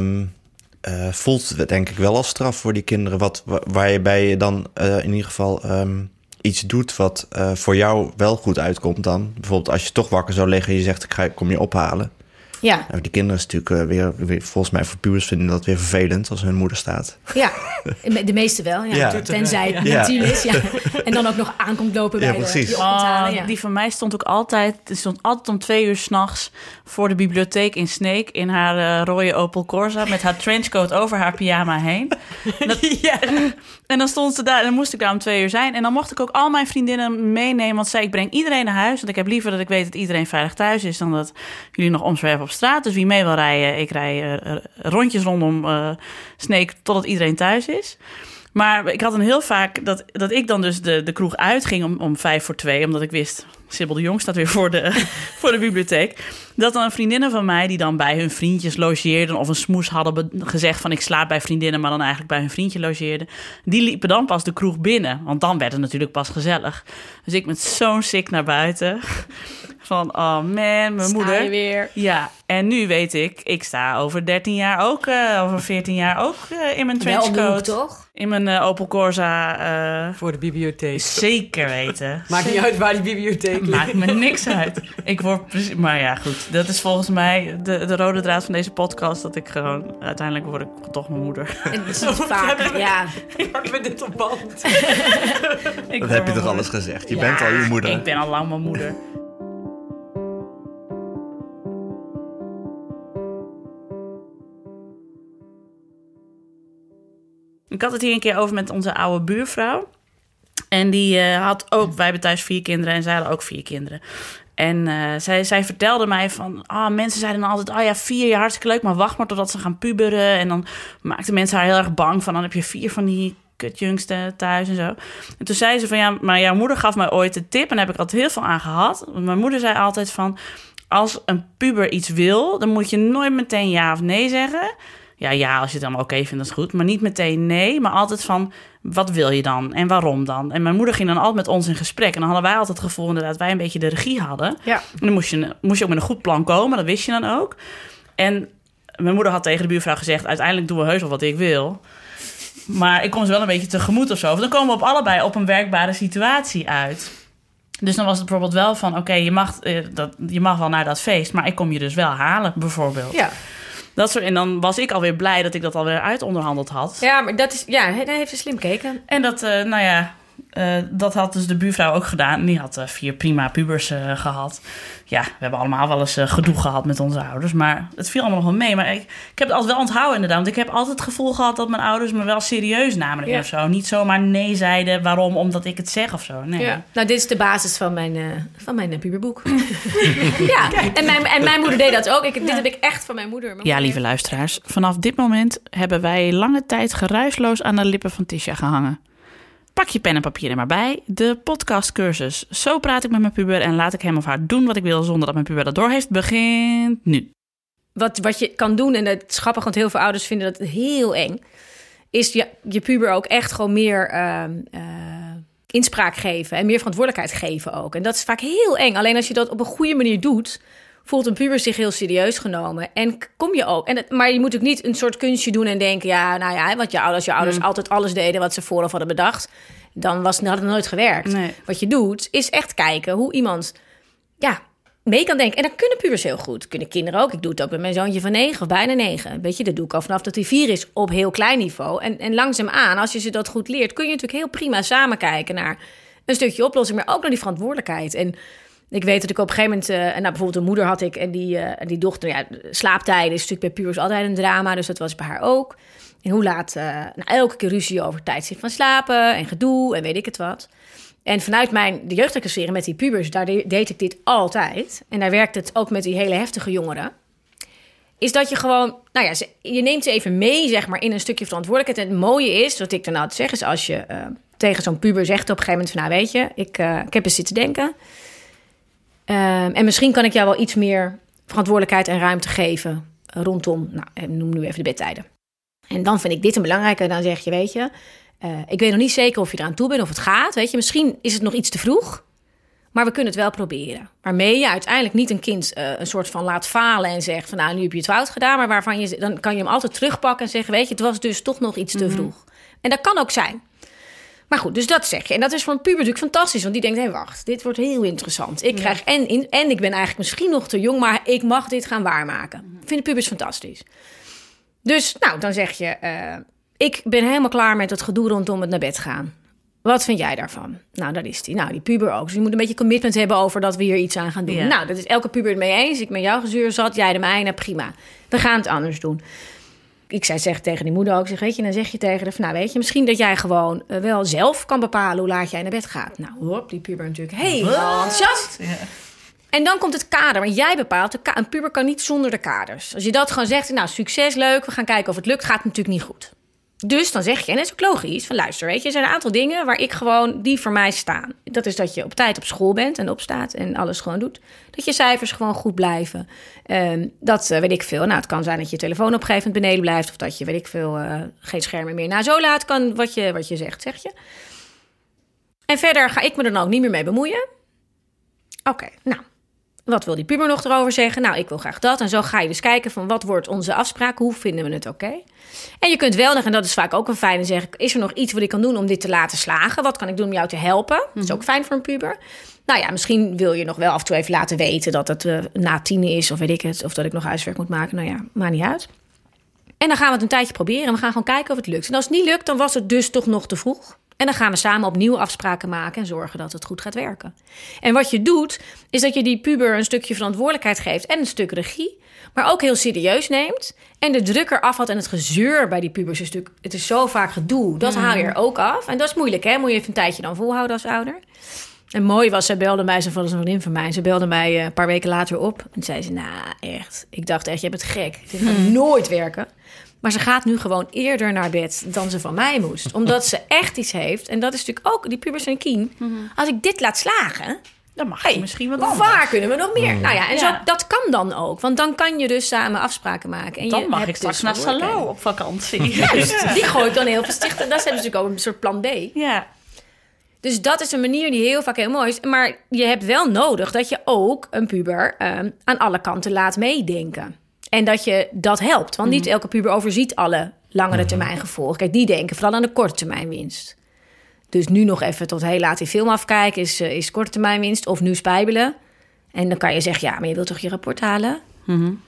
voelt denk ik wel als straf voor die kinderen. Waarbij je dan in ieder geval iets doet... wat voor jou wel goed uitkomt dan. Bijvoorbeeld als je toch wakker zou liggen... en je zegt, ik kom je ophalen. Ja. Die kinderen is natuurlijk weer... volgens mij voor pubers vinden dat weer vervelend... als hun moeder staat. Ja, de meeste wel. Ja. Tenzij het natuurlijk is. Ja. En dan ook nog aankomt lopen bij de Die van mij stond ook altijd... stond altijd om 2 uur 's nachts... voor de bibliotheek in Sneek... in haar rode Opel Corsa... met haar trenchcoat over haar pyjama heen. En dan stond ze daar... en dan moest ik daar om 2 uur zijn... en dan mocht ik ook al mijn vriendinnen meenemen... want zei ik breng iedereen naar huis... want ik heb liever dat ik weet dat iedereen veilig thuis is... dan dat jullie nog omzwerven op straat. Dus wie mee wil rijden, ik rij rondjes rondom Sneek totdat iedereen thuis is. Maar ik had dan heel vaak dat ik dan dus de kroeg uitging om 1:55... omdat ik wist, Sibyl de Jong staat weer voor de bibliotheek... dat dan vriendinnen van mij die dan bij hun vriendjes logeerden... of een smoes hadden gezegd van ik slaap bij vriendinnen... maar dan eigenlijk bij hun vriendje logeerden... die liepen dan pas de kroeg binnen. Want dan werd het natuurlijk pas gezellig. Dus ik met zo'n sik naar buiten... van, oh man, mijn moeder. Je weer. Ja, en nu weet ik sta over 13 jaar ook, over 14 jaar ook in mijn trenchcoat. Wel toch? In mijn Opel Corsa. Voor de bibliotheek. Zeker weten. Maakt niet uit waar die bibliotheek ligt. Maakt me niks uit. Maar ja, goed. Dat is volgens mij de rode draad van deze podcast. Dat ik gewoon, uiteindelijk word ik toch mijn moeder. En dat is vaak, ja. Ik pak met dit op band. Dat heb je toch alles gezegd? Je bent al je moeder. Ik ben al lang mijn moeder. Ik had het hier een keer over met onze oude buurvrouw. En die had ook... Wij hebben thuis 4 kinderen en zij hadden ook 4 kinderen. En zij vertelde mij van... mensen zeiden dan altijd... 4 jaar hartstikke leuk, maar wacht maar totdat ze gaan puberen. En dan maakten mensen haar heel erg bang van... dan heb je 4 van die kutjongsten thuis en zo. En toen zei ze van... ja, maar jouw moeder gaf mij ooit de tip... en daar heb ik altijd heel veel aan gehad. Want mijn moeder zei altijd van... als een puber iets wil... dan moet je nooit meteen ja of nee zeggen... Ja, als je het allemaal oké vindt, dat is goed. Maar niet meteen nee, maar altijd van... wat wil je dan en waarom dan? En mijn moeder ging dan altijd met ons in gesprek. En dan hadden wij altijd het gevoel inderdaad... wij een beetje de regie hadden. Ja. En dan moest je ook met een goed plan komen. Dat wist je dan ook. En mijn moeder had tegen de buurvrouw gezegd... uiteindelijk doen we heus wel wat ik wil. Maar ik kom ze wel een beetje tegemoet of zo. Want dan komen we op allebei op een werkbare situatie uit. Dus dan was het bijvoorbeeld wel van... oké, je mag wel naar dat feest... maar ik kom je dus wel halen, bijvoorbeeld. Ja. En dan was ik alweer blij dat ik dat alweer uitonderhandeld had. Ja, maar dat heeft ze slim gekeken. En dat, dat had dus de buurvrouw ook gedaan. Die had 4 prima pubers gehad. Ja, we hebben allemaal wel eens gedoe gehad met onze ouders. Maar het viel allemaal nog wel mee. Maar ik heb het altijd wel onthouden inderdaad. Want ik heb altijd het gevoel gehad dat mijn ouders me wel serieus namen of zo. Niet zomaar nee zeiden. Waarom? Omdat ik het zeg of zo. Nee. Ja. Nou, dit is de basis van mijn puberboek. Ja, en mijn moeder deed dat ook. Dit heb ik echt van mijn moeder. Ja, lieve luisteraars. Vanaf dit moment hebben wij lange tijd geruisloos aan de lippen van Tisha gehangen. Pak je pen en papier er maar bij. De podcastcursus Zo praat ik met mijn puber en laat ik hem of haar doen wat ik wil zonder dat mijn puber dat doorheeft, begint nu. Wat je kan doen, en het is grappig, want heel veel ouders vinden dat heel eng, is je puber ook echt gewoon meer inspraak geven en meer verantwoordelijkheid geven ook. En dat is vaak heel eng. Alleen als je dat op een goede manier doet, voelt een puber zich heel serieus genomen. En kom je ook. Maar je moet ook niet een soort kunstje doen en denken, want je ouders altijd alles deden wat ze vooraf hadden bedacht, dan had het nooit gewerkt. Nee. Wat je doet, is echt kijken hoe iemand mee kan denken. En dat kunnen pubers heel goed. Kunnen kinderen ook. Ik doe het ook met mijn zoontje van 9 of bijna 9. Weet je, dat doe ik al vanaf dat hij 4 is op heel klein niveau. En langzaamaan, als je ze dat goed leert, kun je natuurlijk heel prima samen kijken naar een stukje oplossing, maar ook naar die verantwoordelijkheid. En ik weet dat ik op een gegeven moment, bijvoorbeeld een moeder had ik en die dochter, slaaptijden is natuurlijk bij pubers altijd een drama, dus dat was bij haar ook. En hoe laat, elke keer ruzie over tijdstip van slapen en gedoe en weet ik het wat. En vanuit de jeugdreclassering met die pubers, daar deed ik dit altijd. En daar werkte het ook met die hele heftige jongeren. Is dat je gewoon, je neemt ze even mee, zeg maar, in een stukje verantwoordelijkheid. En het mooie is, wat ik dan altijd zeg, is als je tegen zo'n puber zegt op een gegeven moment van, weet je, ik heb eens zitten denken. En misschien kan ik jou wel iets meer verantwoordelijkheid en ruimte geven rondom, noem nu even de bedtijden. En dan vind ik dit een belangrijke. Dan zeg je, weet je, ik weet nog niet zeker of je eraan toe bent of het gaat. Weet je, misschien is het nog iets te vroeg, maar we kunnen het wel proberen. Waarmee je uiteindelijk niet een kind een soort van laat falen en zegt van, nu heb je het fout gedaan. Maar dan kan je hem altijd terugpakken en zeggen, weet je, het was dus toch nog iets te vroeg. En dat kan ook zijn. Maar goed, dus dat zeg je. En dat is voor een puber natuurlijk fantastisch. Want die denkt, wacht, dit wordt heel interessant. Ik krijg en ik ben eigenlijk misschien nog te jong, maar ik mag dit gaan waarmaken. Ik vind de pubers fantastisch. Dus, dan zeg je, ik ben helemaal klaar met het gedoe rondom het naar bed gaan. Wat vind jij daarvan? Nou, dat is die. Nou, die puber ook. Dus je moet een beetje commitment hebben over dat we hier iets aan gaan doen. Ja. Nou, dat is elke puber het mee eens. Ik met jou gezeur zat, jij de mijne, prima. We gaan het anders doen. Ik zeg tegen die moeder ook, weet je, dan zeg je tegen haar, weet je, misschien dat jij gewoon wel zelf kan bepalen hoe laat jij naar bed gaat. Nou, die puber natuurlijk helemaal enthousiast. Ja. En dan komt het kader, want jij bepaalt, een puber kan niet zonder de kaders. Als je dat gewoon zegt, succes, leuk, we gaan kijken of het lukt, gaat het natuurlijk niet goed. Dus dan zeg je, en dat is ook logisch, van luister, weet je, er zijn een aantal dingen waar ik gewoon, die voor mij staan. Dat is dat je op tijd op school bent en opstaat en alles gewoon doet. Dat je cijfers gewoon goed blijven. Dat weet ik veel. Het kan zijn dat je telefoon op een gegeven moment beneden blijft, of dat je, weet ik veel, geen schermen meer. Zo laat kan wat je zegt, zeg je. En verder ga ik me er dan ook niet meer mee bemoeien. Oké, wat wil die puber nog erover zeggen? Ik wil graag dat. En zo ga je dus kijken van wat wordt onze afspraak? Hoe vinden we het oké? En je kunt wel nog, en dat is vaak ook een fijne zeggen, is er nog iets wat ik kan doen om dit te laten slagen? Wat kan ik doen om jou te helpen? Dat is ook fijn voor een puber. Misschien wil je nog wel af en toe even laten weten dat het na 10 is, of weet ik het, of dat ik nog huiswerk moet maken. Maakt niet uit. En dan gaan we het een tijdje proberen en we gaan gewoon kijken of het lukt. En als het niet lukt, dan was het dus toch nog te vroeg. En dan gaan we samen opnieuw afspraken maken en zorgen dat het goed gaat werken. En wat je doet, is dat je die puber een stukje verantwoordelijkheid geeft en een stuk regie, maar ook heel serieus neemt en de druk eraf had. En het gezeur bij die pubers is natuurlijk, het is zo vaak gedoe, dat haal je er ook af. En dat is moeilijk, hè? Moet je even een tijdje dan volhouden als ouder. En mooi was, zij belde mij, ze was een vriendin van mij, ze belde mij een paar weken later op en zei ze, echt, ik dacht echt, je bent gek, dit gaat nooit werken. Maar ze gaat nu gewoon eerder naar bed dan ze van mij moest. Omdat ze echt iets heeft. En dat is natuurlijk ook, die pubers zijn kien. Als ik dit laat slagen, dan mag je misschien wat anders. Waar kunnen we nog meer? Zo, dat kan dan ook. Want dan kan je dus samen afspraken maken. En dan mag ik straks naar Salou op vakantie. Juist, die gooit dan heel veel stichten. Dat is natuurlijk ook een soort plan B. Ja. Dus dat is een manier die heel vaak heel mooi is. Maar je hebt wel nodig dat je ook een puber aan alle kanten laat meedenken. En dat je dat helpt. Want niet elke puber overziet alle langere termijn gevolgen. Kijk, die denken vooral aan de korte termijn winst. Dus nu nog even tot heel laat die film afkijken is korte termijn winst. Of nu spijbelen. En dan kan je zeggen, maar je wilt toch je rapport halen?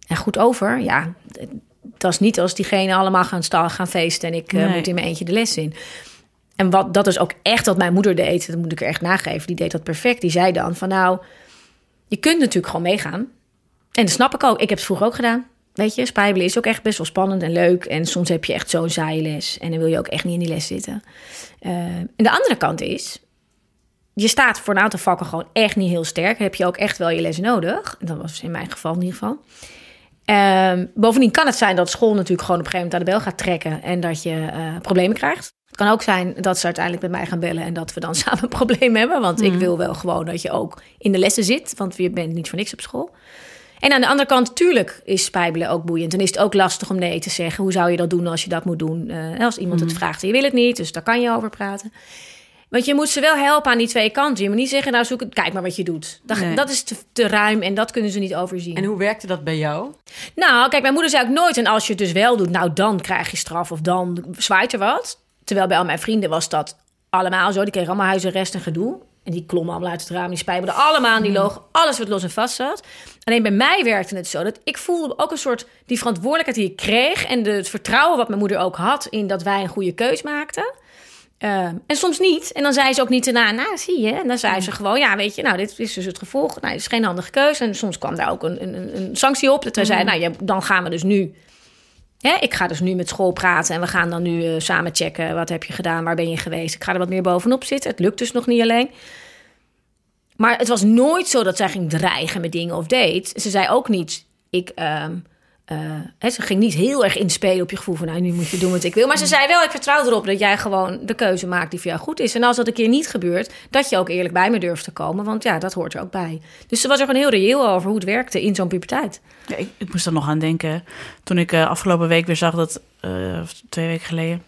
En goed over, ja, dat is niet als diegene allemaal gaan feesten... en ik moet in mijn eentje de les in. En dat is ook echt wat mijn moeder deed. Dat moet ik er echt nageven. Die deed dat perfect. Die zei dan van nou, je kunt natuurlijk gewoon meegaan. En dat snap ik ook. Ik heb het vroeger ook gedaan. Weet je, spijbelen is ook echt best wel spannend en leuk. En soms heb je echt zo'n saaie les. En dan wil je ook echt niet in die les zitten. En de andere kant is... je staat voor een aantal vakken gewoon echt niet heel sterk. Dan heb je ook echt wel je les nodig. Dat was in mijn geval in ieder geval. Bovendien kan het zijn dat school natuurlijk gewoon op een gegeven moment aan de bel gaat trekken... en dat je problemen krijgt. Het kan ook zijn dat ze uiteindelijk met mij gaan bellen... en dat we dan samen een probleem hebben. Want ik wil wel gewoon dat je ook in de lessen zit. Want je bent niet voor niks op school. En aan de andere kant, tuurlijk is spijbelen ook boeiend. En is het ook lastig om nee te zeggen. Hoe zou je dat doen als je dat moet doen? Als iemand het vraagt en je wil het niet, dus daar kan je over praten. Want je moet ze wel helpen aan die twee kanten. Je moet niet zeggen, nou kijk maar wat je doet. Dat is te ruim en dat kunnen ze niet overzien. En hoe werkte dat bij jou? Nou, kijk, mijn moeder zei ook nooit... en als je het dus wel doet, nou dan krijg je straf of dan zwaait er wat. Terwijl bij al mijn vrienden was dat allemaal zo. Die kregen allemaal huisarrest en gedoe. En die klommen allemaal uit het raam, die spijberden allemaal aan, die logen. Alles wat los en vast zat. Alleen bij mij werkte het zo dat ik voelde ook een soort... die verantwoordelijkheid die ik kreeg... en het vertrouwen wat mijn moeder ook had... in dat wij een goede keus maakten... en soms niet. En dan zei ze ook niet daarna, nou zie je. En dan zei ze gewoon, ja weet je, nou dit is dus het gevolg. Nou, dit is geen handige keuze. En soms kwam daar ook een sanctie op. Dat wij zeiden, nou ja, dan gaan we dus nu... ik ga dus nu met school praten en we gaan dan nu samen checken... wat heb je gedaan, waar ben je geweest. Ik ga er wat meer bovenop zitten. Het lukt dus nog niet alleen. Maar het was nooit zo dat zij ging dreigen met dingen of deed. Ze zei ook niet, ze ging niet heel erg inspelen op je gevoel van... nou, nu moet je doen wat ik wil. Maar ze zei wel, ik vertrouw erop dat jij gewoon de keuze maakt die voor jou goed is. En als dat een keer niet gebeurt, dat je ook eerlijk bij me durft te komen. Want ja, dat hoort er ook bij. Dus ze was er gewoon heel reëel over hoe het werkte in zo'n puberteit. Ja, ik moest er nog aan denken. Toen ik afgelopen week weer zag dat, 2 weken geleden...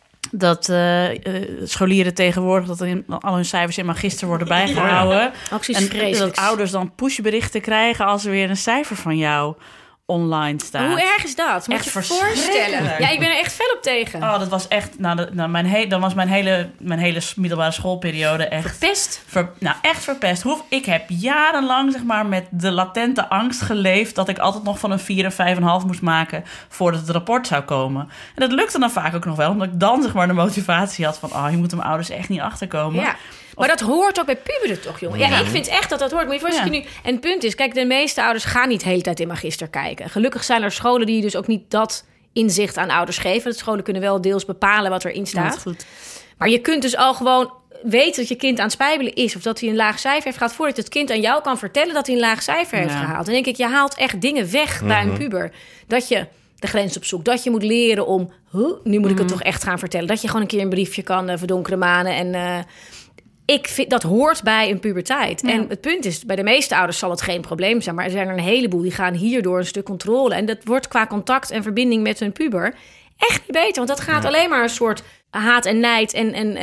dat scholieren tegenwoordig... dat al hun cijfers in magister worden bijgehouden. En dat ouders dan pushberichten krijgen... als er weer een cijfer van jou... online staat. Hoe erg is dat? Moet je voorstellen? Ja, ik ben er echt fel op tegen. Oh, dat was echt... dan was mijn hele middelbare schoolperiode echt... Verpest? Echt verpest. Ik heb jarenlang zeg maar met de latente angst geleefd... dat ik altijd nog van een 4 of 5,5 moest maken... voordat het rapport zou komen. En dat lukte dan vaak ook nog wel... omdat ik dan zeg maar de motivatie had van... je moet mijn ouders echt niet achterkomen. Ja. Maar dat hoort ook bij puberen toch, jongen? Ja, ik vind echt dat hoort. Maar je voorstelt nu... En het punt is, kijk, de meeste ouders gaan niet de hele tijd in magister kijken. Gelukkig zijn er scholen die dus ook niet dat inzicht aan ouders geven. De scholen kunnen wel deels bepalen wat erin staat. Ja, goed. Maar je kunt dus al gewoon weten dat je kind aan het spijbelen is... of dat hij een laag cijfer heeft gehaald... voordat het kind aan jou kan vertellen dat hij een laag cijfer heeft gehaald. Dan denk ik, je haalt echt dingen weg bij een puber. Dat je de grens opzoekt. Dat je moet leren om... nu moet ik het toch echt gaan vertellen. Dat je gewoon een keer een briefje kan verdonkere manen en... ik vind dat hoort bij een puberteit. Ja. En het punt is, bij de meeste ouders zal het geen probleem zijn... maar er zijn er een heleboel die gaan hierdoor een stuk controle. En dat wordt qua contact en verbinding met hun puber echt niet beter. Want dat gaat alleen maar een soort haat en nijd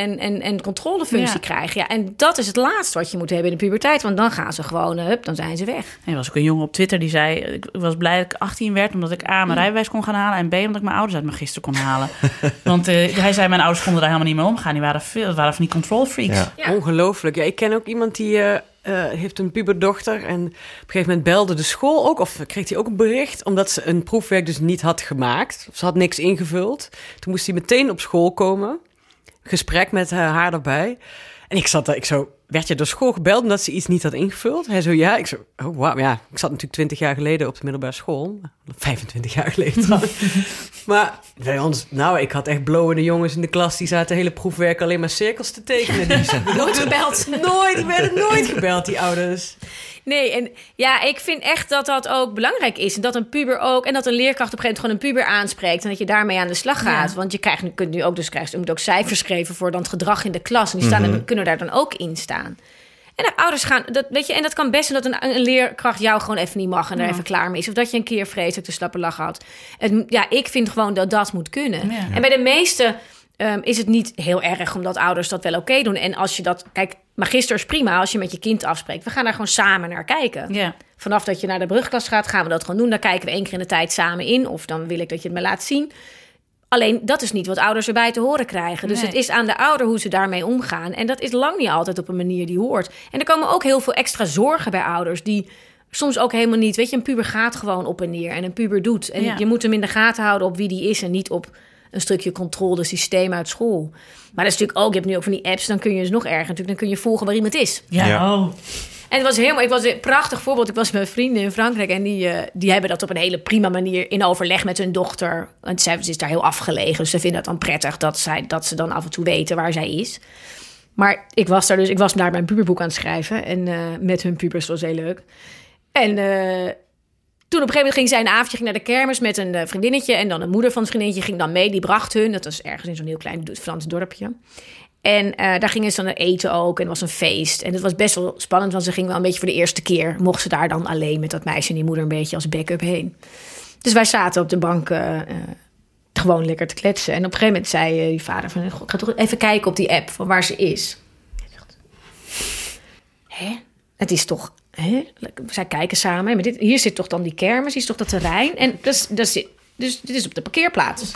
en controlefunctie krijgen. Ja, en dat is het laatste wat je moet hebben in de puberteit. Want dan gaan ze gewoon, dan zijn ze weg. Er was ook een jongen op Twitter die zei... ik was blij dat ik 18 werd omdat ik A, mijn rijbewijs kon gaan halen... en B, omdat ik mijn ouders uit magister kon halen. Want hij zei, mijn ouders konden daar helemaal niet mee omgaan. Die waren van die control freaks. Ja. Ongelooflijk. Ja, ik ken ook iemand die... heeft een puberdochter en op een gegeven moment belde de school ook... of kreeg hij ook een bericht, omdat ze een proefwerk dus niet had gemaakt. Ze had niks ingevuld. Toen moest hij meteen op school komen. Gesprek met haar erbij. En ik zat daar, werd je door school gebeld omdat ze iets niet had ingevuld? Hij zo, ja. Ik zo, oh wow, ja. Ik zat natuurlijk 20 jaar geleden op de middelbare school. 25 jaar geleden trouwens. Maar bij ons, ik had echt blowende jongens in de klas... die zaten hele proefwerk alleen maar cirkels te tekenen. Nooit gebeld. Die werden nooit gebeld, die ouders. Nee, en ja, ik vind echt dat dat ook belangrijk is. En dat een puber ook, en dat een leerkracht op een gegeven moment gewoon een puber aanspreekt... en dat je daarmee aan de slag gaat. Ja. Want je moet ook cijfers schrijven voor dan het gedrag in de klas. En die kunnen daar dan ook in staan. En de ouders gaan, en dat kan best zijn dat een leerkracht jou gewoon even niet mag... en er even klaar mee is. Of dat je een keer vreselijk de slappe lach had. Ik vind gewoon dat dat moet kunnen. Ja. En bij de meeste... is het niet heel erg omdat ouders dat wel oké doen. En als je dat... Kijk, magister is prima als je met je kind afspreekt. We gaan daar gewoon samen naar kijken. Yeah. Vanaf dat je naar de brugklas gaat, gaan we dat gewoon doen. Dan kijken we 1 keer in de tijd samen in. Of dan wil ik dat je het me laat zien. Alleen, dat is niet wat ouders erbij te horen krijgen. Dus het is aan de ouder hoe ze daarmee omgaan. En dat is lang niet altijd op een manier die hoort. En er komen ook heel veel extra zorgen bij ouders... die soms ook helemaal niet. Weet je, een puber gaat gewoon op en neer en een puber doet. En je moet hem in de gaten houden op wie die is en niet op een stukje controle systeem uit school. Maar dat is natuurlijk ook, je hebt nu ook van die apps, dan kun je dus nog erger natuurlijk, dan kun je volgen waar iemand is. Ja. Oh. En het was een prachtig voorbeeld. Ik was met mijn vrienden in Frankrijk en die hebben dat op een hele prima manier in overleg met hun dochter. Want zij is daar heel afgelegen, dus ze vinden het dan prettig dat ze dan af en toe weten waar zij is. Maar ik was daar mijn puberboek aan het schrijven en met hun pubers, was heel leuk. En toen op een gegeven moment ging zij een avondje naar de kermis met een vriendinnetje. En dan een moeder van het vriendinnetje ging dan mee. Die bracht hun. Dat was ergens in zo'n heel klein Frans dorpje. En daar gingen ze dan eten ook. En het was een feest. En het was best wel spannend. Want ze ging wel een beetje voor de eerste keer. Mocht ze daar dan alleen met dat meisje en die moeder een beetje als backup heen. Dus wij zaten op de bank gewoon lekker te kletsen. En op een gegeven moment zei die vader van... Ik ga toch even kijken op die app van waar ze is. Ik dacht, het is toch... Zij kijken samen. Maar hier zit toch dan die kermis, hier is toch dat terrein. En dus dit is op de parkeerplaats.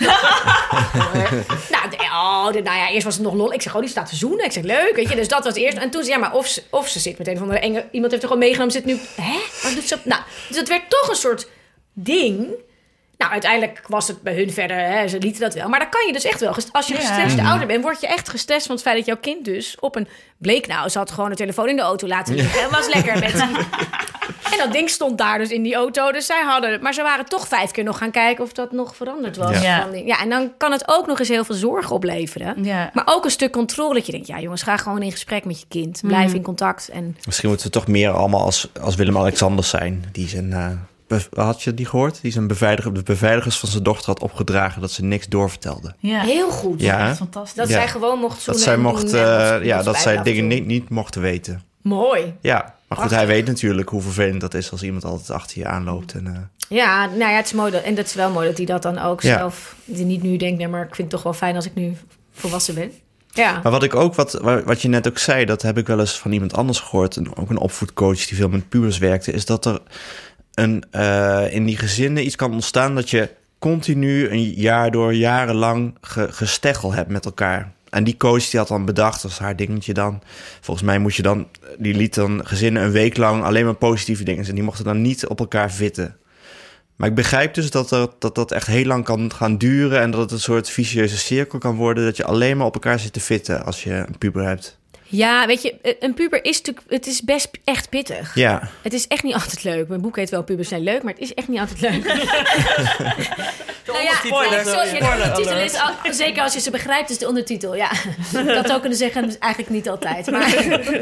Eerst was het nog lol. Ik zeg, die staat te zoenen. Ik zeg, leuk, weet je. Dus dat was eerst. En toen zei maar of ze zit met een van de enge... Iemand heeft er gewoon meegenomen, zit nu... Wat doet ze? Nou, dus het werd toch een soort ding... Nou, uiteindelijk was het bij hun verder, ze lieten dat wel. Maar dan kan je dus echt wel, als je gestrest ouder bent... word je echt gestrest van het feit dat jouw kind dus op een... ze had gewoon de telefoon in de auto laten liggen. Het was lekker met En dat ding stond daar dus in die auto. Dus maar ze waren toch 5 keer nog gaan kijken of dat nog veranderd was. Ja, en dan kan het ook nog eens heel veel zorgen opleveren. Ja. Maar ook een stuk controle. Dat je denkt, jongens, ga gewoon in gesprek met je kind. Blijf in contact. En... Misschien moeten we toch meer allemaal als Willem-Alexander zijn. Die zijn... Had je die gehoord? Die zijn de beveiligers van zijn dochter had opgedragen dat ze niks doorvertelde. Ja. Heel goed. Ja. Dat is fantastisch. Dat zij gewoon mocht zoenen. Dat zij dingen niet mochten weten. Mooi. Ja, maar goed, hij weet natuurlijk hoe vervelend dat is als iemand altijd achter je aanloopt. En, het is mooi. En dat is wel mooi dat hij dat dan ook zelf niet nu denkt. Nee, maar ik vind het toch wel fijn als ik nu volwassen ben. Ja. Maar wat je net ook zei, dat heb ik wel eens van iemand anders gehoord. Ook een opvoedcoach die veel met pubers werkte, is dat er in die gezinnen iets kan ontstaan dat je continu jarenlang gesteggel hebt met elkaar. En die coach die had dan bedacht, dat was haar dingetje dan. Volgens mij die liet dan gezinnen een week lang alleen maar positieve dingen zijn. Die mochten dan niet op elkaar vitten. Maar ik begrijp dus dat echt heel lang kan gaan duren en dat het een soort vicieuze cirkel kan worden, dat je alleen maar op elkaar zit te vitten als je een puber hebt. Ja, weet je, een puber is natuurlijk... Het is best echt pittig. Ja. Het is echt niet altijd leuk. Mijn boek heet wel Pubers zijn leuk, maar het is echt niet altijd leuk. Spoiler is, zeker als je ze begrijpt, is de ondertitel. Ja, ik had ook kunnen zeggen, dus eigenlijk niet altijd. Maar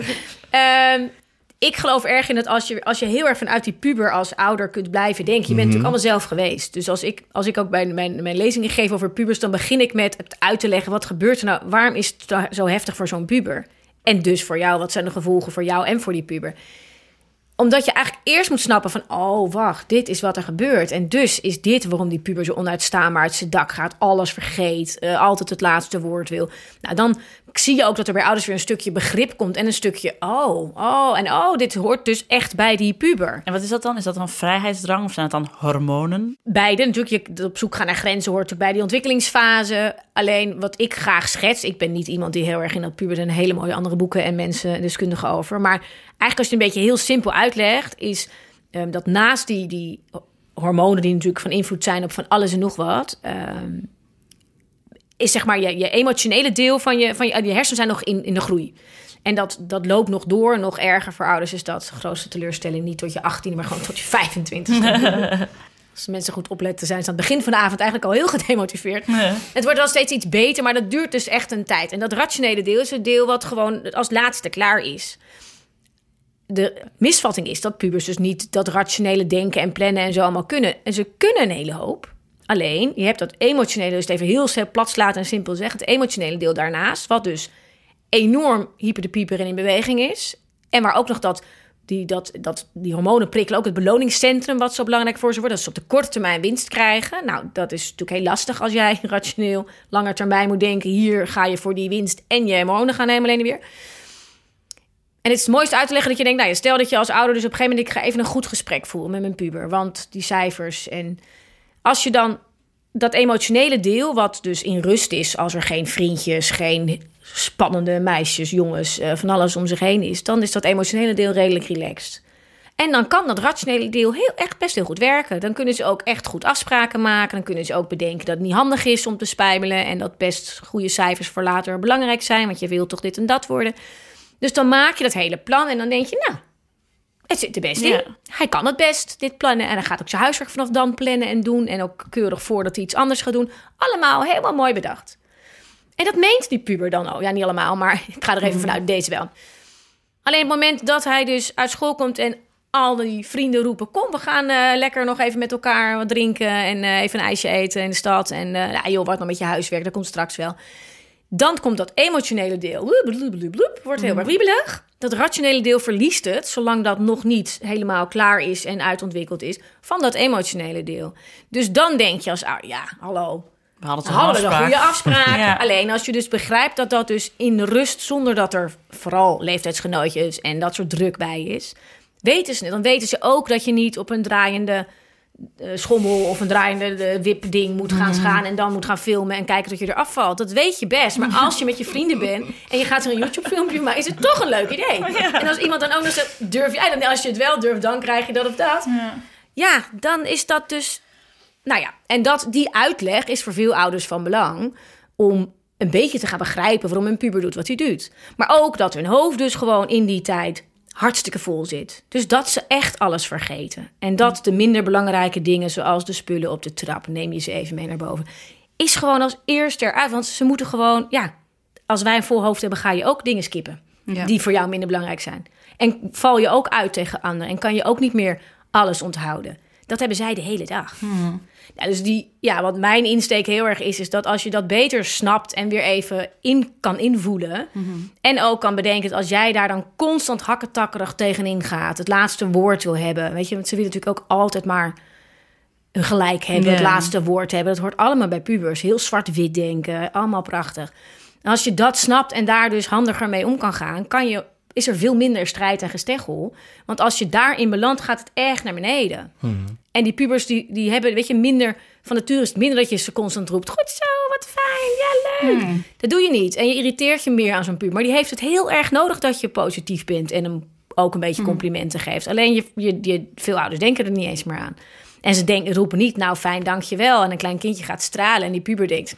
ik geloof erg in dat als je heel erg vanuit die puber als ouder kunt blijven denken. Je bent natuurlijk allemaal zelf geweest. Dus als ik ook bij mijn lezingen geef over pubers, dan begin ik met het uit te leggen. Wat gebeurt er nou? Waarom is het zo heftig voor zo'n puber? En dus voor jou, wat zijn de gevolgen voor jou en voor die puber? Omdat je eigenlijk eerst moet snappen van... oh, wacht, dit is wat er gebeurt. En dus is dit waarom die puber zo onuitstaanbaar uit zijn dak gaat. Alles vergeet, altijd het laatste woord wil. Nou, dan zie je ook dat er bij ouders weer een stukje begrip komt... en een stukje, dit hoort dus echt bij die puber. En wat is dat dan? Is dat dan vrijheidsdrang of zijn het dan hormonen? Beide. Natuurlijk, je op zoek gaan naar grenzen hoort bij die ontwikkelingsfase. Alleen wat ik graag schets... ik ben niet iemand die heel erg in dat puber... er zijn hele mooie andere boeken en mensen, deskundigen over... maar eigenlijk als je het een beetje heel simpel uitlegt... is dat naast die hormonen die natuurlijk van invloed zijn... op van alles en nog wat... is zeg maar je emotionele deel van je hersenen zijn nog in de groei. En dat loopt nog door. Nog erger voor ouders is dat de grootste teleurstelling... niet tot je 18e, maar gewoon tot je 25e. Als mensen goed opletten, zijn ze aan het begin van de avond... eigenlijk al heel gedemotiveerd. Nee. Het wordt wel steeds iets beter, maar dat duurt dus echt een tijd. En dat rationele deel is het deel wat gewoon als laatste klaar is. De misvatting is dat pubers dus niet dat rationele denken en plannen en zo allemaal kunnen. En ze kunnen een hele hoop. Alleen, je hebt dat emotionele, dus het even heel plat slaat en simpel zeggen... het emotionele deel daarnaast, wat dus enorm hyper de pieper en in beweging is. En waar ook nog die hormonen prikkelen, ook het beloningscentrum... wat zo belangrijk voor ze wordt, dat ze op de korte termijn winst krijgen. Nou, dat is natuurlijk heel lastig als jij rationeel langer termijn moet denken... hier ga je voor die winst en je hormonen gaan helemaal heen en weer... En het is het mooiste uit te leggen dat je denkt... stel dat je als ouder dus op een gegeven moment... ik ga even een goed gesprek voeren met mijn puber. Want die cijfers en... Als je dan dat emotionele deel... wat dus in rust is... als er geen vriendjes, geen spannende meisjes, jongens... van alles om zich heen is... dan is dat emotionele deel redelijk relaxed. En dan kan dat rationele deel best heel goed werken. Dan kunnen ze ook echt goed afspraken maken. Dan kunnen ze ook bedenken dat het niet handig is om te spijbelen. En dat best goede cijfers voor later belangrijk zijn. Want je wil toch dit en dat worden. Dus dan maak je dat hele plan en dan denk je, nou, het zit er best in. Hij kan het best, dit plannen. En hij gaat ook zijn huiswerk vanaf dan plannen en doen. En ook keurig voordat hij iets anders gaat doen. Allemaal helemaal mooi bedacht. En dat meent die puber dan ook. Ja, niet allemaal, maar ik ga er even vanuit, deze wel. Alleen het moment dat hij dus uit school komt en al die vrienden roepen, kom, we gaan lekker nog even met elkaar wat drinken en even een ijsje eten in de stad. En joh, wat nog met je huiswerk, dat komt straks wel. Dan komt dat emotionele deel, wordt heel erg wiebelig. Dat rationele deel verliest het, zolang dat nog niet helemaal klaar is en uitontwikkeld is, van dat emotionele deel. Dus dan denk je als, hallo, we hadden een goede afspraak. Ja. Alleen als je dus begrijpt dat dat dus in rust, zonder dat er vooral leeftijdsgenootjes en dat soort druk bij is, dan weten ze ook dat je niet op een draaiende schommel of een draaiende wipding moet gaan en dan moet gaan filmen en kijken dat je eraf valt. Dat weet je best. Maar als je met je vrienden bent en je gaat zo'n YouTube-filmpje maken, is het toch een leuk idee. Ja. En als iemand dan ook nog zegt, durf jij dan? Als je het wel durft, dan krijg je dat of dat. Ja, dan is dat dus. Nou ja, en die uitleg is voor veel ouders van belang om een beetje te gaan begrijpen waarom een puber doet wat hij doet. Maar ook dat hun hoofd dus gewoon in die tijd hartstikke vol zit. Dus dat ze echt alles vergeten. En dat de minder belangrijke dingen, zoals de spullen op de trap, neem je ze even mee naar boven, is gewoon als eerste eruit. Want ze moeten gewoon, als wij een vol hoofd hebben, ga je ook dingen skippen die voor jou minder belangrijk zijn. En val je ook uit tegen anderen en kan je ook niet meer alles onthouden. Dat hebben zij de hele dag. Ja, dus wat mijn insteek heel erg is dat als je dat beter snapt en weer even kan invoelen, en ook kan bedenken dat als jij daar dan constant hakketakkerig tegenin gaat, het laatste woord wil hebben, weet je, want ze willen natuurlijk ook altijd maar een gelijk hebben, het laatste woord hebben. Dat hoort allemaal bij pubers. Heel zwart-wit denken, allemaal prachtig. En als je dat snapt en daar dus handiger mee om kan gaan, is er veel minder strijd en gesteggel. Want als je daarin belandt, gaat het echt naar beneden. En die pubers die hebben, weet je, minder van nature is het minder dat je ze constant roept, goed zo, wat fijn, ja, leuk. Dat doe je niet. En je irriteert je meer aan zo'n puber. Maar die heeft het heel erg nodig dat je positief bent en hem ook een beetje complimenten geeft. Alleen veel ouders denken er niet eens meer aan. En ze roepen niet, nou fijn, dankjewel. En een klein kindje gaat stralen en die puber denkt,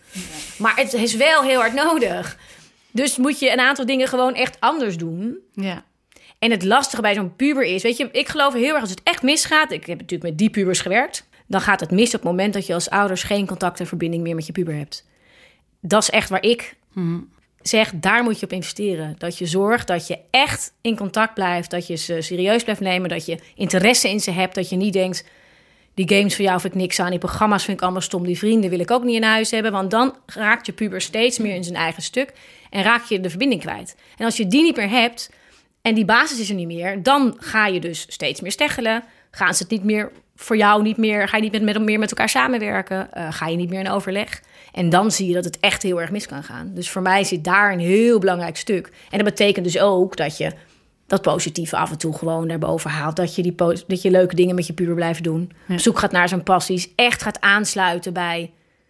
maar het is wel heel hard nodig. Dus moet je een aantal dingen gewoon echt anders doen. Ja. En het lastige bij zo'n puber is, weet je, ik geloof heel erg als het echt misgaat. Ik heb natuurlijk met die pubers gewerkt. Dan gaat het mis op het moment dat je als ouders geen contact en verbinding meer met je puber hebt. Dat is echt waar ik zeg, daar moet je op investeren. Dat je zorgt dat je echt in contact blijft. Dat je ze serieus blijft nemen. Dat je interesse in ze hebt. Dat je niet denkt, die games van jou vind ik niks aan. Die programma's vind ik allemaal stom. Die vrienden wil ik ook niet in huis hebben. Want dan raakt je puber steeds meer in zijn eigen stuk. En raak je de verbinding kwijt. En als je die niet meer hebt en die basis is er niet meer, dan ga je dus steeds meer steggelen. Gaan ze het niet meer voor jou niet meer, ga je niet meer met elkaar samenwerken. Ga je niet meer in overleg. En dan zie je dat het echt heel erg mis kan gaan. Dus voor mij zit daar een heel belangrijk stuk. En dat betekent dus ook dat je dat positieve af en toe gewoon daarboven haalt. Dat je leuke dingen met je puber blijft doen. Ja. Op zoek gaat naar zijn passies. Echt gaat aansluiten bij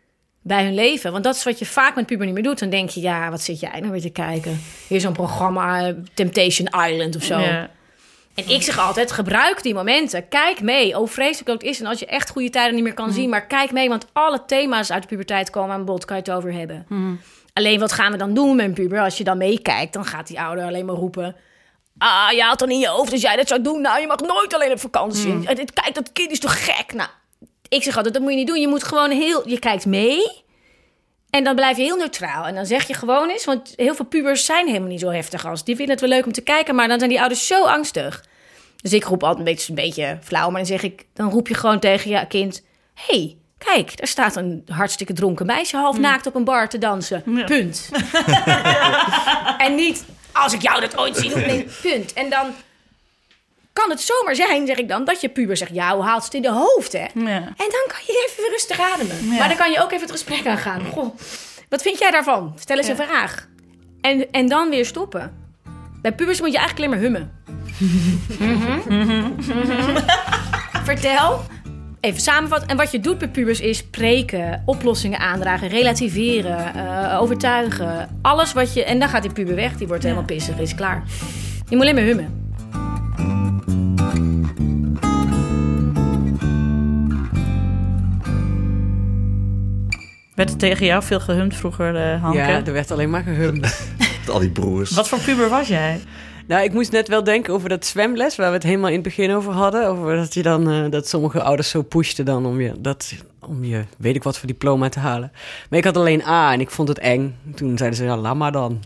hun leven. Want dat is wat je vaak met puber niet meer doet. Dan denk je, ja, wat zit jij nou weer te kijken? Hier is zo'n programma, Temptation Island of zo. Ja. En ik zeg altijd, gebruik die momenten. Kijk mee. Oh, vreselijk dat het is. En als je echt goede tijden niet meer kan zien, maar kijk mee. Want alle thema's uit de puberteit komen aan bod. Kan je het over hebben. Alleen, wat gaan we dan doen met een puber? Als je dan meekijkt, dan gaat die ouder alleen maar roepen, je had dan in je hoofd, als jij dat zou doen, nou, je mag nooit alleen op vakantie. Kijk, dat kind is toch gek? Nou, ik zeg altijd, dat moet je niet doen. Je moet gewoon je kijkt mee en dan blijf je heel neutraal. En dan zeg je gewoon eens, want heel veel pubers zijn helemaal niet zo heftig als. Die vinden het wel leuk om te kijken, maar dan zijn die ouders zo angstig. Dus ik roep altijd een beetje flauw, maar dan roep je gewoon tegen je kind, hey, kijk, daar staat een hartstikke dronken meisje half naakt op een bar te dansen. Ja. Punt. En niet, als ik jou dat ooit zie doen, nee, punt. En dan kan het zomaar zijn, zeg ik dan, dat je puber zegt, ja, hoe haalt het in de hoofd, hè? Ja. En dan kan je even rustig ademen. Ja. Maar dan kan je ook even het gesprek aangaan. Goh, wat vind jij daarvan? Stel eens een vraag. En dan weer stoppen. Bij pubers moet je eigenlijk alleen maar hummen. Vertel. Even samenvatten. En wat je doet bij pubers is preken, oplossingen aandragen, relativeren, overtuigen. Alles wat je... En dan gaat die puber weg. Die wordt helemaal pissig, is klaar. Je moet alleen maar hummen. Werd er tegen jou veel gehumd vroeger, Hanke? Ja, er werd alleen maar gehumd. Al die broers. Wat voor puber was jij? Nou, ik moest net wel denken over dat zwemles... waar we het helemaal in het begin over hadden. Over dat je dan dat sommige ouders zo pushten dan om je weet ik wat voor diploma te halen. Maar ik had alleen A en ik vond het eng. Toen zeiden ze, ja, laat maar dan.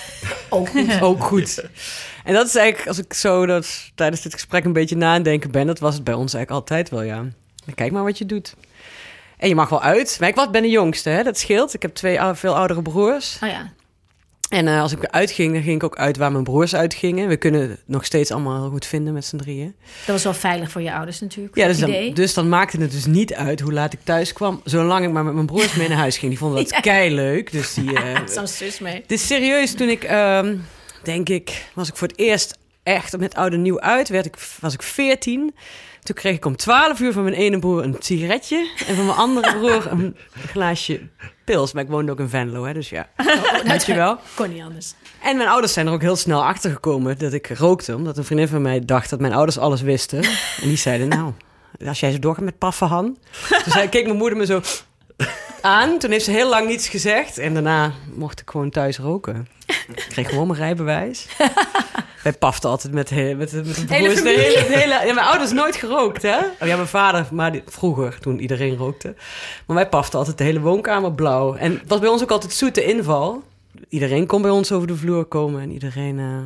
Ook goed. En dat is eigenlijk, als ik zo tijdens dit gesprek een beetje na aan het denken ben... dat was het bij ons eigenlijk altijd wel, ja. Kijk maar wat je doet. En je mag wel uit. Maar ik ben de jongste, hè? Dat scheelt. Ik heb 2 veel oudere broers. Oh ja. En als ik uitging, dan ging ik ook uit waar mijn broers uitgingen. We kunnen het nog steeds allemaal heel goed vinden met z'n drieën. Dat was wel veilig voor je ouders natuurlijk. Ja, dus dan maakte het dus niet uit hoe laat ik thuis kwam. Zolang ik maar met mijn broers mee naar huis ging. Die vonden dat keileuk. Dus die... Zo'n zus mee. Het is serieus, toen ik, denk ik, was ik voor het eerst echt met oud en nieuw uit. Was ik 14. Toen kreeg ik om 12 uur van mijn ene broer een sigaretje. En van mijn andere broer een glaasje pils. Maar ik woonde ook in Venlo, hè, dus ja. Weet je wel. Kon niet anders. En mijn ouders zijn er ook heel snel achter gekomen dat ik rookte. Omdat een vriendin van mij dacht dat mijn ouders alles wisten. En die zeiden, nou, als jij zo doorgaat met paffen, Han. Dus keek mijn moeder me zo aan. Toen heeft ze heel lang niets gezegd. En daarna mocht ik gewoon thuis roken. Ik kreeg gewoon mijn rijbewijs. Wij paften altijd met de broers. Mijn ouders nooit gerookt, hè? Oh, ja, mijn vader, maar vroeger, toen iedereen rookte. Maar wij paften altijd de hele woonkamer blauw. En het was bij ons ook altijd zoete inval. Iedereen kon bij ons over de vloer komen. En iedereen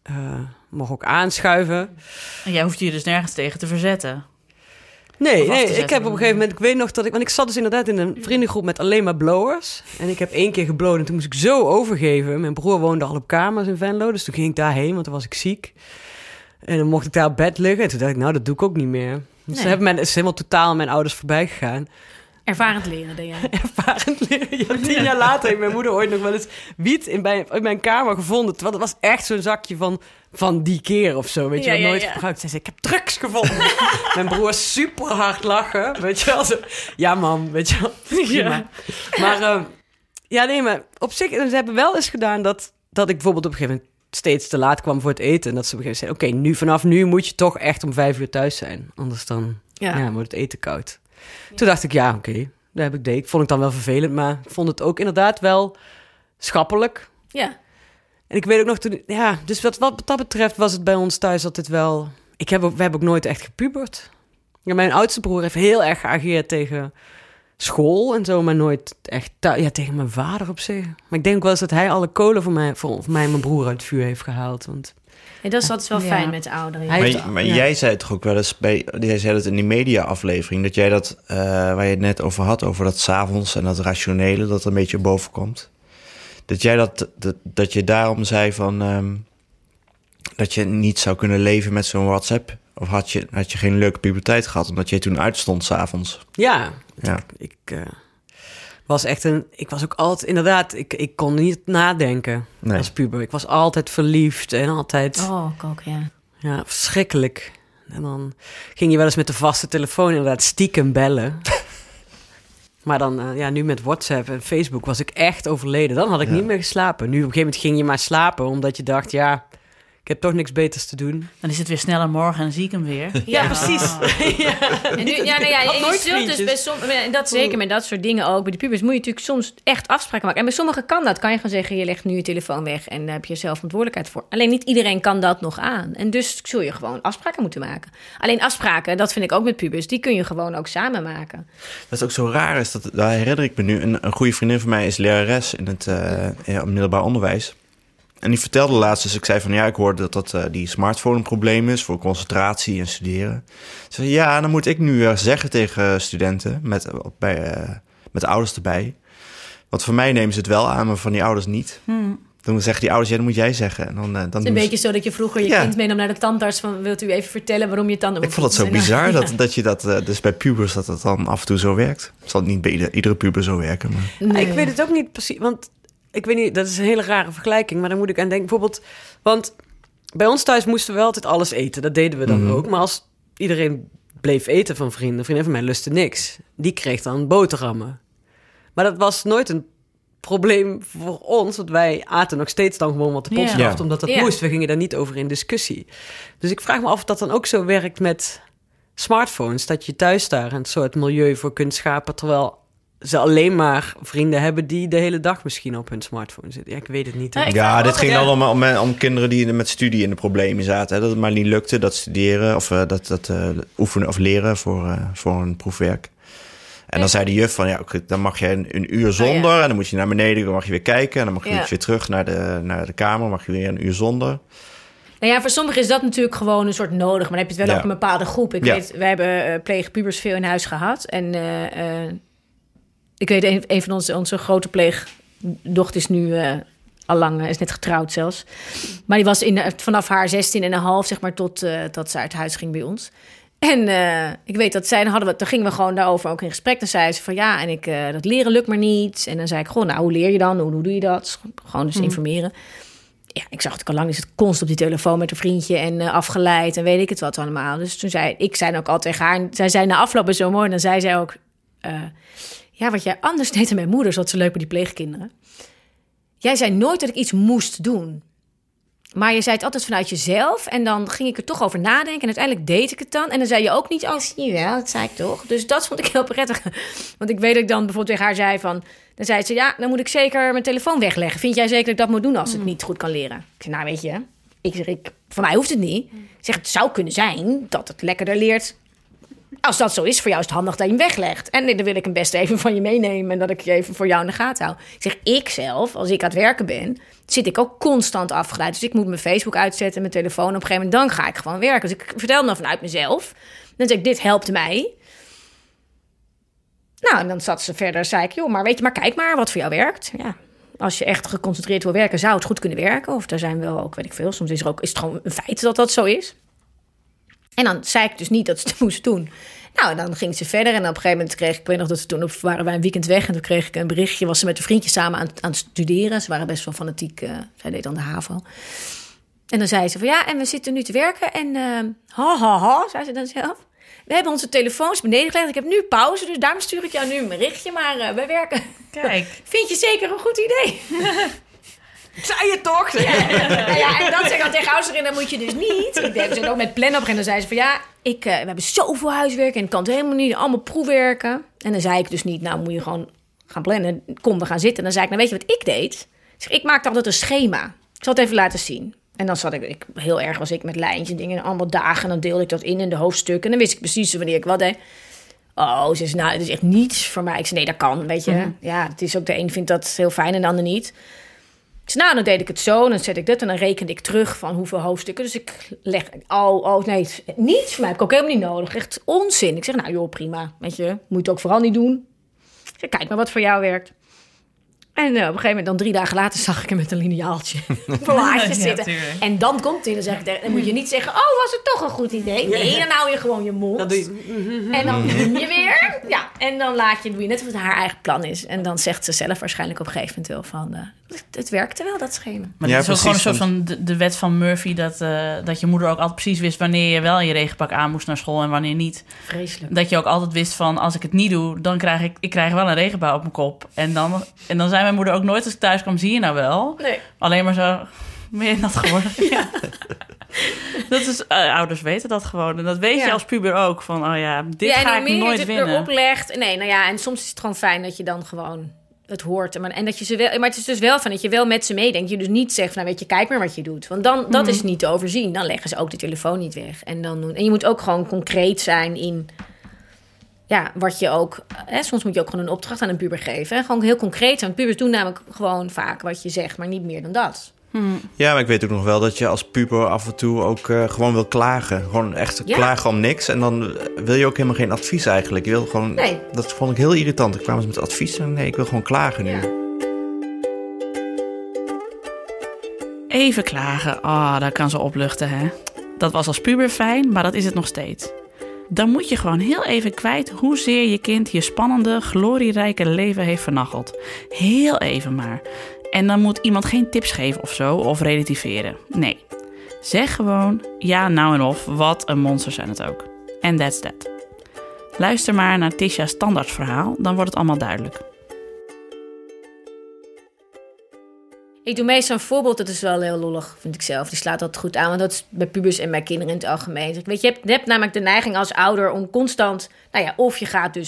mocht ook aanschuiven. En jij hoefde je dus nergens tegen te verzetten? Nee, ik heb op een gegeven moment... Ik weet nog dat want ik zat dus inderdaad in een vriendengroep met alleen maar blowers. En ik heb 1 keer geblown en toen moest ik zo overgeven. Mijn broer woonde al op kamers in Venlo, dus toen ging ik daarheen, want toen was ik ziek. En dan mocht ik daar op bed liggen. En toen dacht ik, nou, dat doe ik ook niet meer. Dus het is helemaal totaal mijn ouders voorbij gegaan. Ervarend leren, deed jij. Ervarend leren. Ja, 10 jaar later heeft mijn moeder ooit nog wel eens wiet in mijn kamer gevonden. Terwijl het was echt zo'n zakje van die keer of zo. Weet je, nooit gebruikt. Zij zei, ik heb drugs gevonden. Mijn broer super hard lachen. Weet je wel. Zo, ja, man. Weet je wel. Ja. Maar, maar op zich, ze hebben wel eens gedaan dat ik bijvoorbeeld op een gegeven moment steeds te laat kwam voor het eten. En dat ze op een gegeven moment zeiden, vanaf nu moet je toch echt om 5 uur thuis zijn. Anders dan wordt het eten koud. Toen dacht ik, dat heb ik deed. Ik vond het dan wel vervelend, maar ik vond het ook inderdaad wel schappelijk. Ja. En ik weet ook nog toen... Ja, dus wat dat betreft was het bij ons thuis altijd wel... We hebben ook nooit echt gepubert. Ja, mijn oudste broer heeft heel erg geageerd tegen school en zo, maar nooit echt tegen mijn vader op zich. Maar ik denk ook wel eens dat hij alle kolen voor mij en mijn broer uit het vuur heeft gehaald, want... Ja, dat is wel fijn met de ouderen. Maar jij zei toch ook wel eens jij zei dat in die media-aflevering, dat jij dat, waar je het net over had, over dat 's avonds en dat rationele, dat er een beetje boven komt. Dat jij dat je daarom zei van dat je niet zou kunnen leven met zo'n WhatsApp. Of had je geen leuke puberteit gehad, omdat je toen uitstond 's avonds? Ja. Ik was echt ik was ook altijd, inderdaad, ik kon niet nadenken als puber. Ik was altijd verliefd en altijd... Oh, ik ook, ja. Ja, verschrikkelijk. En dan ging je wel eens met de vaste telefoon inderdaad stiekem bellen. Maar dan, nu met WhatsApp en Facebook was ik echt overleden. Dan had ik niet meer geslapen. Nu op een gegeven moment ging je maar slapen, omdat je dacht, ik heb toch niks beters te doen. Dan is het weer sneller morgen en dan zie ik hem weer. Ja, precies. En nu, je zult dus bij dat zeker met dat soort dingen ook. Bij de pubers moet je natuurlijk soms echt afspraken maken. En bij sommigen kan dat. Kan je gewoon zeggen, je legt nu je telefoon weg en daar heb je zelf verantwoordelijkheid voor. Alleen niet iedereen kan dat nog aan. En dus zul je gewoon afspraken moeten maken. Alleen afspraken, dat vind ik ook met pubers, die kun je gewoon ook samen maken. Dat is ook zo raar, is dat, daar herinner ik me nu. Een goede vriendin van mij is lerares in het middelbaar onderwijs. En die vertelde laatst, dus ik zei van ik hoorde dat die smartphone een probleem is voor concentratie en studeren. Ze zei, dan moet ik nu zeggen tegen studenten met ouders erbij. Want voor mij nemen ze het wel aan, maar van die ouders niet. Dan zeggen die ouders, dat moet jij zeggen. En dan het is een beetje zo dat je vroeger je kind meenam naar de tandarts van, wilt u even vertellen waarom je tanden... Ik vond het zo bizar dat je dat, dus bij pubers, dat het dan af en toe zo werkt. Het zal niet bij iedere puber zo werken. Maar... Nee. Ik weet het ook niet precies, want... Ik weet niet, dat is een hele rare vergelijking, maar daar moet ik aan denken. Bijvoorbeeld, want bij ons thuis moesten we altijd alles eten. Dat deden we dan ook. Maar als iedereen bleef eten van vrienden van mij lustte niks. Die kreeg dan boterhammen. Maar dat was nooit een probleem voor ons, want wij aten nog steeds dan gewoon wat de pot schaft, omdat dat moest. We gingen daar niet over in discussie. Dus ik vraag me af of dat dan ook zo werkt met smartphones, dat je thuis daar een soort milieu voor kunt schapen, terwijl ze alleen maar vrienden hebben die de hele dag misschien op hun smartphone zitten. Ja, ik weet het niet. Dit ging dan om kinderen die met studie in de problemen zaten. Hè? Dat het maar niet lukte, dat studeren of dat oefenen of leren voor een proefwerk. En dan zei de juf van, dan mag je een uur zonder. En dan moet je naar beneden, dan mag je weer kijken. En dan mag je weer terug naar de kamer, mag je weer een uur zonder. Nou ja, voor sommigen is dat natuurlijk gewoon een soort nodig. Maar dan heb je het wel op een bepaalde groep. Ik weet, wij hebben pleegpubers veel in huis gehad. En ik weet, een van onze grote pleegdochter is nu allang, is net getrouwd zelfs. Maar die was vanaf haar 16,5, zeg maar, tot ze uit huis ging bij ons. En ik weet dat dan gingen we gewoon daarover ook in gesprek. Dan zei ze van dat leren lukt maar niet. En dan zei ik gewoon, nou, hoe leer je dan? Hoe doe je dat? Gewoon dus informeren. Ja, ik zag het al lang, is het constant op die telefoon met een vriendje en afgeleid en weet ik het wat allemaal. Dus toen zei ook al tegen haar, en zij zei na afloop zo mooi, en dan zei zij ook, wat jij anders deed dan mijn moeder, zat zo leuk bij die pleegkinderen. Jij zei nooit dat ik iets moest doen. Maar je zei het altijd vanuit jezelf. En dan ging ik er toch over nadenken. En uiteindelijk deed ik het dan. En dan zei je ook niet, zie je wel, dat zei ik toch. Dus dat vond ik heel prettig. Want ik weet dat ik dan bijvoorbeeld tegen haar zei van... Dan zei ze, dan moet ik zeker mijn telefoon wegleggen. Vind jij zeker dat ik dat moet doen als ik niet goed kan leren? Ik zei, nou weet je, voor mij hoeft het niet. Ik zeg, het zou kunnen zijn dat het lekkerder leert. Als dat zo is, voor jou is het handig dat je hem weglegt. En dan wil ik hem best even van je meenemen... en dat ik je even voor jou in de gaten hou. Ik zeg, ik zelf, als ik aan het werken ben... zit ik ook constant afgeleid. Dus ik moet mijn Facebook uitzetten, mijn telefoon. Op een gegeven moment, dan ga ik gewoon werken. Dus ik vertel dan vanuit mezelf. Dan zeg ik, dit helpt mij. Nou, en dan zat ze verder, zei ik... maar weet je, maar kijk maar wat voor jou werkt. Ja, als je echt geconcentreerd wil werken... zou het goed kunnen werken. Of daar zijn wel ook, weet ik veel... soms is het gewoon een feit dat dat zo is... En dan zei ik dus niet dat ze het moest doen. Nou, dan ging ze verder. En op een gegeven moment kreeg ik weet nog dat ze toen waren wij een weekend weg. En toen kreeg ik een berichtje. Was ze met een vriendje samen aan het studeren. Ze waren best wel fanatiek. Zij deed dan de HAVO. En dan zei ze van en we zitten nu te werken. En zei ze dan zelf. We hebben onze telefoons beneden gelegd. Ik heb nu pauze, dus daarom stuur ik jou nu een berichtje. Maar we werken. Kijk. Vind je zeker een goed idee? Zei je toch? En dat zeg ik dan tegen ouders erin, dat moet je dus niet. Ik deed ook met plannen op en dan zei ze van we hebben zoveel huiswerk en ik kan het helemaal niet, allemaal proefwerken. En dan zei ik dus niet, nou moet je gewoon gaan plannen. Kom, we gaan zitten. En dan zei ik, nou weet je wat ik deed? Ik maakte altijd een schema. Ik zal het even laten zien. En dan zat ik heel erg was ik met lijntjes en dingen, allemaal dagen. En dan deelde ik dat in de hoofdstukken. En dan wist ik precies wanneer ik wat deed. Oh, ze zei, nou, het is echt niets voor mij. Ik zei, nee, dat kan, weet je. Mm-hmm. Ja, het is ook de een vindt dat heel fijn en de ander niet. Dus dan deed ik het zo, dan zet ik dit en dan rekende ik terug van hoeveel hoofdstukken. Dus ik leg, nee, niets voor mij heb ik ook helemaal niet nodig. Echt onzin. Ik zeg, nou joh, prima, weet je, moet je het ook vooral niet doen. Ik zeg, kijk maar wat voor jou werkt. En op een gegeven moment, dan 3 dagen later, zag ik hem met een lineaaltje plaatjes zitten. En dan komt hij, dan zeg ik, dan moet je niet zeggen, oh, was het toch een goed idee? Nee, dan hou je gewoon je mond. Dat doe je. En dan doe je weer. Ja, en dan doe je net wat haar eigen plan is. En dan zegt ze zelf waarschijnlijk op een gegeven moment wel van, het werkte wel, dat schema. Maar het is ook gewoon een soort van de wet van Murphy, dat je moeder ook altijd precies wist wanneer je wel je regenpak aan moest naar school en wanneer niet. Vreselijk. Dat je ook altijd wist van, als ik het niet doe, dan krijg ik wel een regenbouw op mijn kop. En dan zei mijn moeder ook nooit als ik thuis kwam, zie je nou wel? Nee. Alleen maar zo, meer nat geworden. Ja. Dat is, ouders weten dat gewoon. En dat weet je als puber ook. Van, dit ga ik nooit winnen. Erop legt. Nee, en soms is het gewoon fijn dat je dan gewoon het hoort. En dat je ze wel, maar het is dus wel van dat je wel met ze meedenkt. Je dus niet zegt van, weet je, kijk maar wat je doet. Want dan, dat is niet te overzien. Dan leggen ze ook de telefoon niet weg. En je moet ook gewoon concreet zijn in wat je ook... soms moet je ook gewoon een opdracht aan een puber geven. Hè? Gewoon heel concreet. Want pubers doen namelijk gewoon vaak wat je zegt, maar niet meer dan dat. Ja, maar ik weet ook nog wel dat je als puber af en toe ook gewoon wil klagen. Gewoon echt klagen om niks. En dan wil je ook helemaal geen advies eigenlijk. Je wil gewoon... Nee. Dat vond ik heel irritant. Ik kwam eens met advies en nee, ik wil gewoon klagen nu. Ja. Even klagen. Dat kan ze opluchten, hè. Dat was als puber fijn, maar dat is het nog steeds. Dan moet je gewoon heel even kwijt hoezeer je kind je spannende, glorierijke leven heeft vernacheld. Heel even maar. En dan moet iemand geen tips geven of zo, of relativeren. Nee. Zeg gewoon, ja, nou en of, wat een monster zijn het ook. And that's that. Luister maar naar Tisha's standaardverhaal, dan wordt het allemaal duidelijk. Ik doe meestal een voorbeeld, dat is wel heel lollig, vind ik zelf. Die slaat altijd goed aan, want dat is bij pubers en bij kinderen in het algemeen. Weet je hebt namelijk de neiging als ouder om constant... of je gaat dus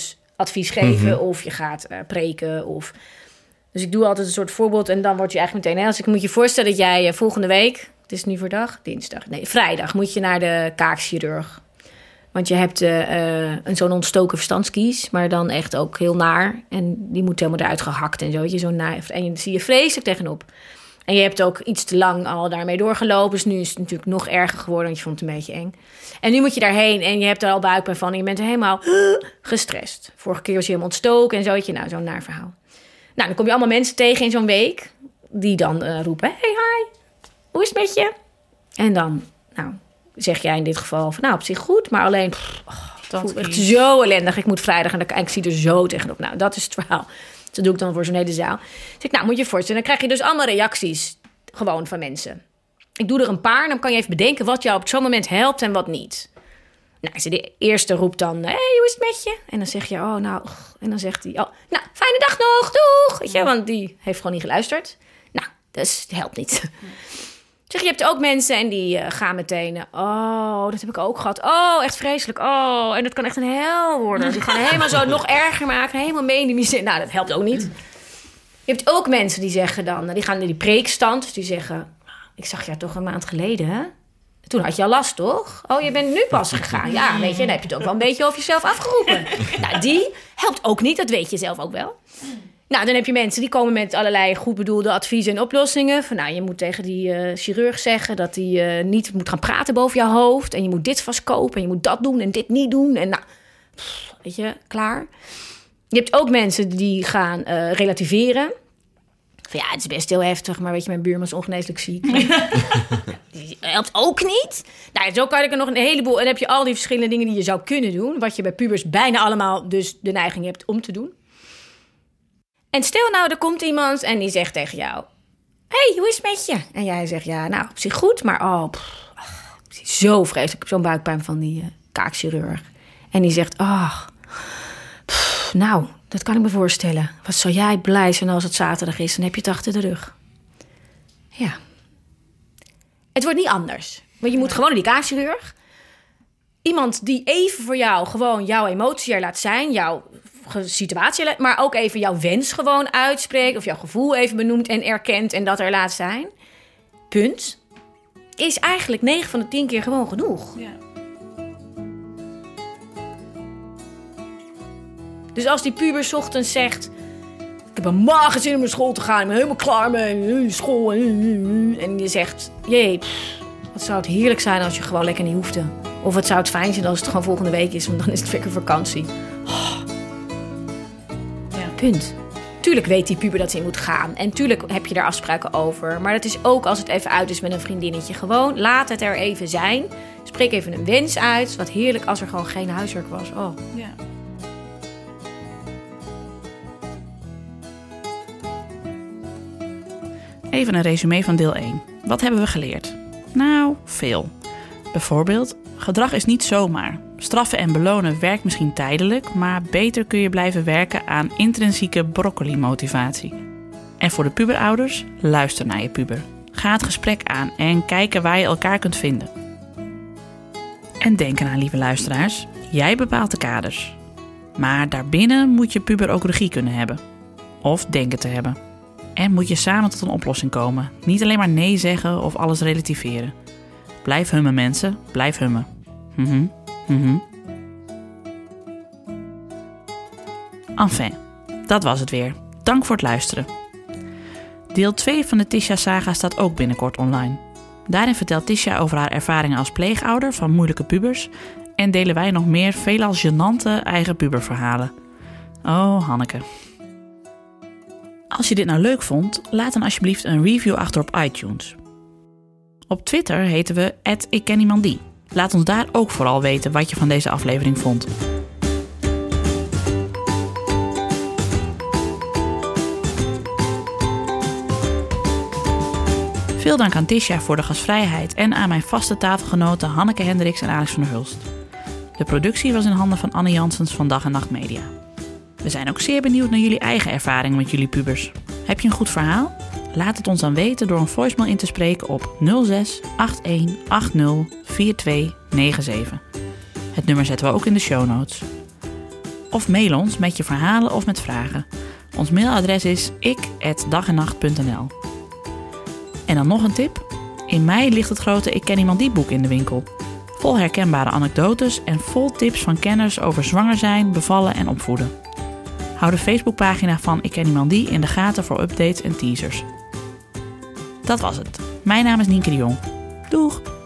advies geven of je gaat preken. Dus ik doe altijd een soort voorbeeld en dan word je eigenlijk meteen... Als ik moet je voorstellen dat jij volgende week... Het is nu voor vrijdag moet je naar de kaakchirurg. Want je hebt zo'n ontstoken verstandskies, maar dan echt ook heel naar. En die moet helemaal eruit gehakt en zo. Weet je, zo naar, en je zie je vreselijk tegenop. En je hebt ook iets te lang al daarmee doorgelopen. Dus nu is het natuurlijk nog erger geworden, want je vond het een beetje eng. En nu moet je daarheen en je hebt er al buikpijn van. En je bent helemaal gestrest. Vorige keer was je helemaal ontstoken en zo. Nou, zo'n naar verhaal. Nou, dan kom je allemaal mensen tegen in zo'n week. Die dan roepen, hey, hi, hoe is het met je? En dan, zeg jij in dit geval van, op zich goed. Maar alleen, het voelt echt zo ellendig. Ik moet vrijdag en ik zie er zo tegenop. Nou, dat is het verhaal. Dat doe ik dan voor zo'n hele zaal. Dus ik, moet je je voorstellen, dan krijg je dus allemaal reacties gewoon van mensen. Ik doe er een paar en dan kan je even bedenken wat jou op zo'n moment helpt en wat niet. Nou, de eerste roept dan, hey, hoe is het met je? En dan zeg je, en dan zegt hij, fijne dag nog, doeg. Weet je, want die heeft gewoon niet geluisterd. Nou, dus het helpt niet. Zeg, je hebt ook mensen en die gaan meteen... dat heb ik ook gehad. Echt vreselijk. En dat kan echt een hel worden. Die gaan helemaal zo nog erger maken. Helemaal mee in die miserie. Nou, dat helpt ook niet. Je hebt ook mensen die zeggen dan... Die gaan naar die preekstand. Dus die zeggen... Ik zag jou toch een maand geleden, hè? Toen had je al last, toch? Je bent nu pas gegaan. Ja, weet je, dan heb je het ook wel een beetje over jezelf afgeroepen. Nou, die helpt ook niet. Dat weet je zelf ook wel. Nou, dan heb je mensen die komen met allerlei goed bedoelde adviezen en oplossingen. Van, je moet tegen die chirurg zeggen dat hij niet moet gaan praten boven je hoofd. En je moet dit vastkopen en je moet dat doen en dit niet doen. En weet je, klaar. Je hebt ook mensen die gaan relativeren. Van, het is best heel heftig, maar weet je, mijn buurman is ongeneeslijk ziek. Die helpt ook niet. Nou, zo kan ik er nog een heleboel. En dan heb je al die verschillende dingen die je zou kunnen doen. Wat je bij pubers bijna allemaal dus de neiging hebt om te doen. En stel er komt iemand en die zegt tegen jou... Hey, hoe is het met je? En jij zegt, op zich goed, maar zo vreselijk. Ik heb zo'n buikpijn van die kaakchirurg. En die zegt, dat kan ik me voorstellen. Wat zou jij blij zijn als het zaterdag is? Dan heb je het achter de rug. Ja. Het wordt niet anders. Want je moet gewoon naar die kaakchirurg. Iemand die even voor jou gewoon jouw emotie er laat zijn... jouw situatie, maar ook even jouw wens gewoon uitspreekt... of jouw gevoel even benoemt en erkent en dat er laat zijn. Punt. Is eigenlijk 9 van de 10 keer gewoon genoeg. Ja. Dus als die puber 's ochtends zegt... ik heb een magenzin om naar school te gaan... ik ben helemaal klaar met school... en je zegt... wat zou het heerlijk zijn als je gewoon lekker niet hoefde. Of wat zou het fijn zijn als het gewoon volgende week is... want dan is het lekker vakantie. Punt. Tuurlijk weet die puber dat ze in moet gaan. En tuurlijk heb je daar afspraken over. Maar dat is ook als het even uit is met een vriendinnetje. Gewoon, laat het er even zijn. Spreek even een wens uit. Wat heerlijk als er gewoon geen huiswerk was. Ja. Even een resume van deel 1. Wat hebben we geleerd? Nou, veel. Bijvoorbeeld, gedrag is niet zomaar. Straffen en belonen werkt misschien tijdelijk, maar beter kun je blijven werken aan intrinsieke broccoli-motivatie. En voor de puberouders, luister naar je puber. Ga het gesprek aan en kijken waar je elkaar kunt vinden. En denk eraan, lieve luisteraars, jij bepaalt de kaders. Maar daarbinnen moet je puber ook regie kunnen hebben. Of denken te hebben. En moet je samen tot een oplossing komen. Niet alleen maar nee zeggen of alles relativeren. Blijf hummen, mensen. Blijf hummen. Enfin, dat was het weer. Dank voor het luisteren. Deel 2 van de Tisha-saga staat ook binnenkort online. Daarin vertelt Tisha over haar ervaringen als pleegouder van moeilijke pubers... en delen wij nog meer veelal gênante eigen puberverhalen. Oh, Hanneke. Als je dit nou leuk vond, laat dan alsjeblieft een review achter op iTunes. Op Twitter heten we @ikkenniemandie. Laat ons daar ook vooral weten wat je van deze aflevering vond. Veel dank aan Tisha voor de gastvrijheid en aan mijn vaste tafelgenoten Hanneke Hendricks en Alex van der Hulst. De productie was in handen van Anne Janssens van Dag en Nacht Media. We zijn ook zeer benieuwd naar jullie eigen ervaringen met jullie pubers. Heb je een goed verhaal? Laat het ons dan weten door een voicemail in te spreken op 06 81 80 4297. Het nummer zetten we ook in de show notes. Of mail ons met je verhalen of met vragen. Ons mailadres is ik@dagennacht.nl. En dan nog een tip. In mei ligt het grote Ik Ken Iemand Die boek in de winkel. Vol herkenbare anekdotes en vol tips van kenners over zwanger zijn, bevallen en opvoeden. Hou de Facebookpagina van Ik Ken Iemand Die in de gaten voor updates en teasers. Dat was het. Mijn naam is Nienke de Jong. Doeg!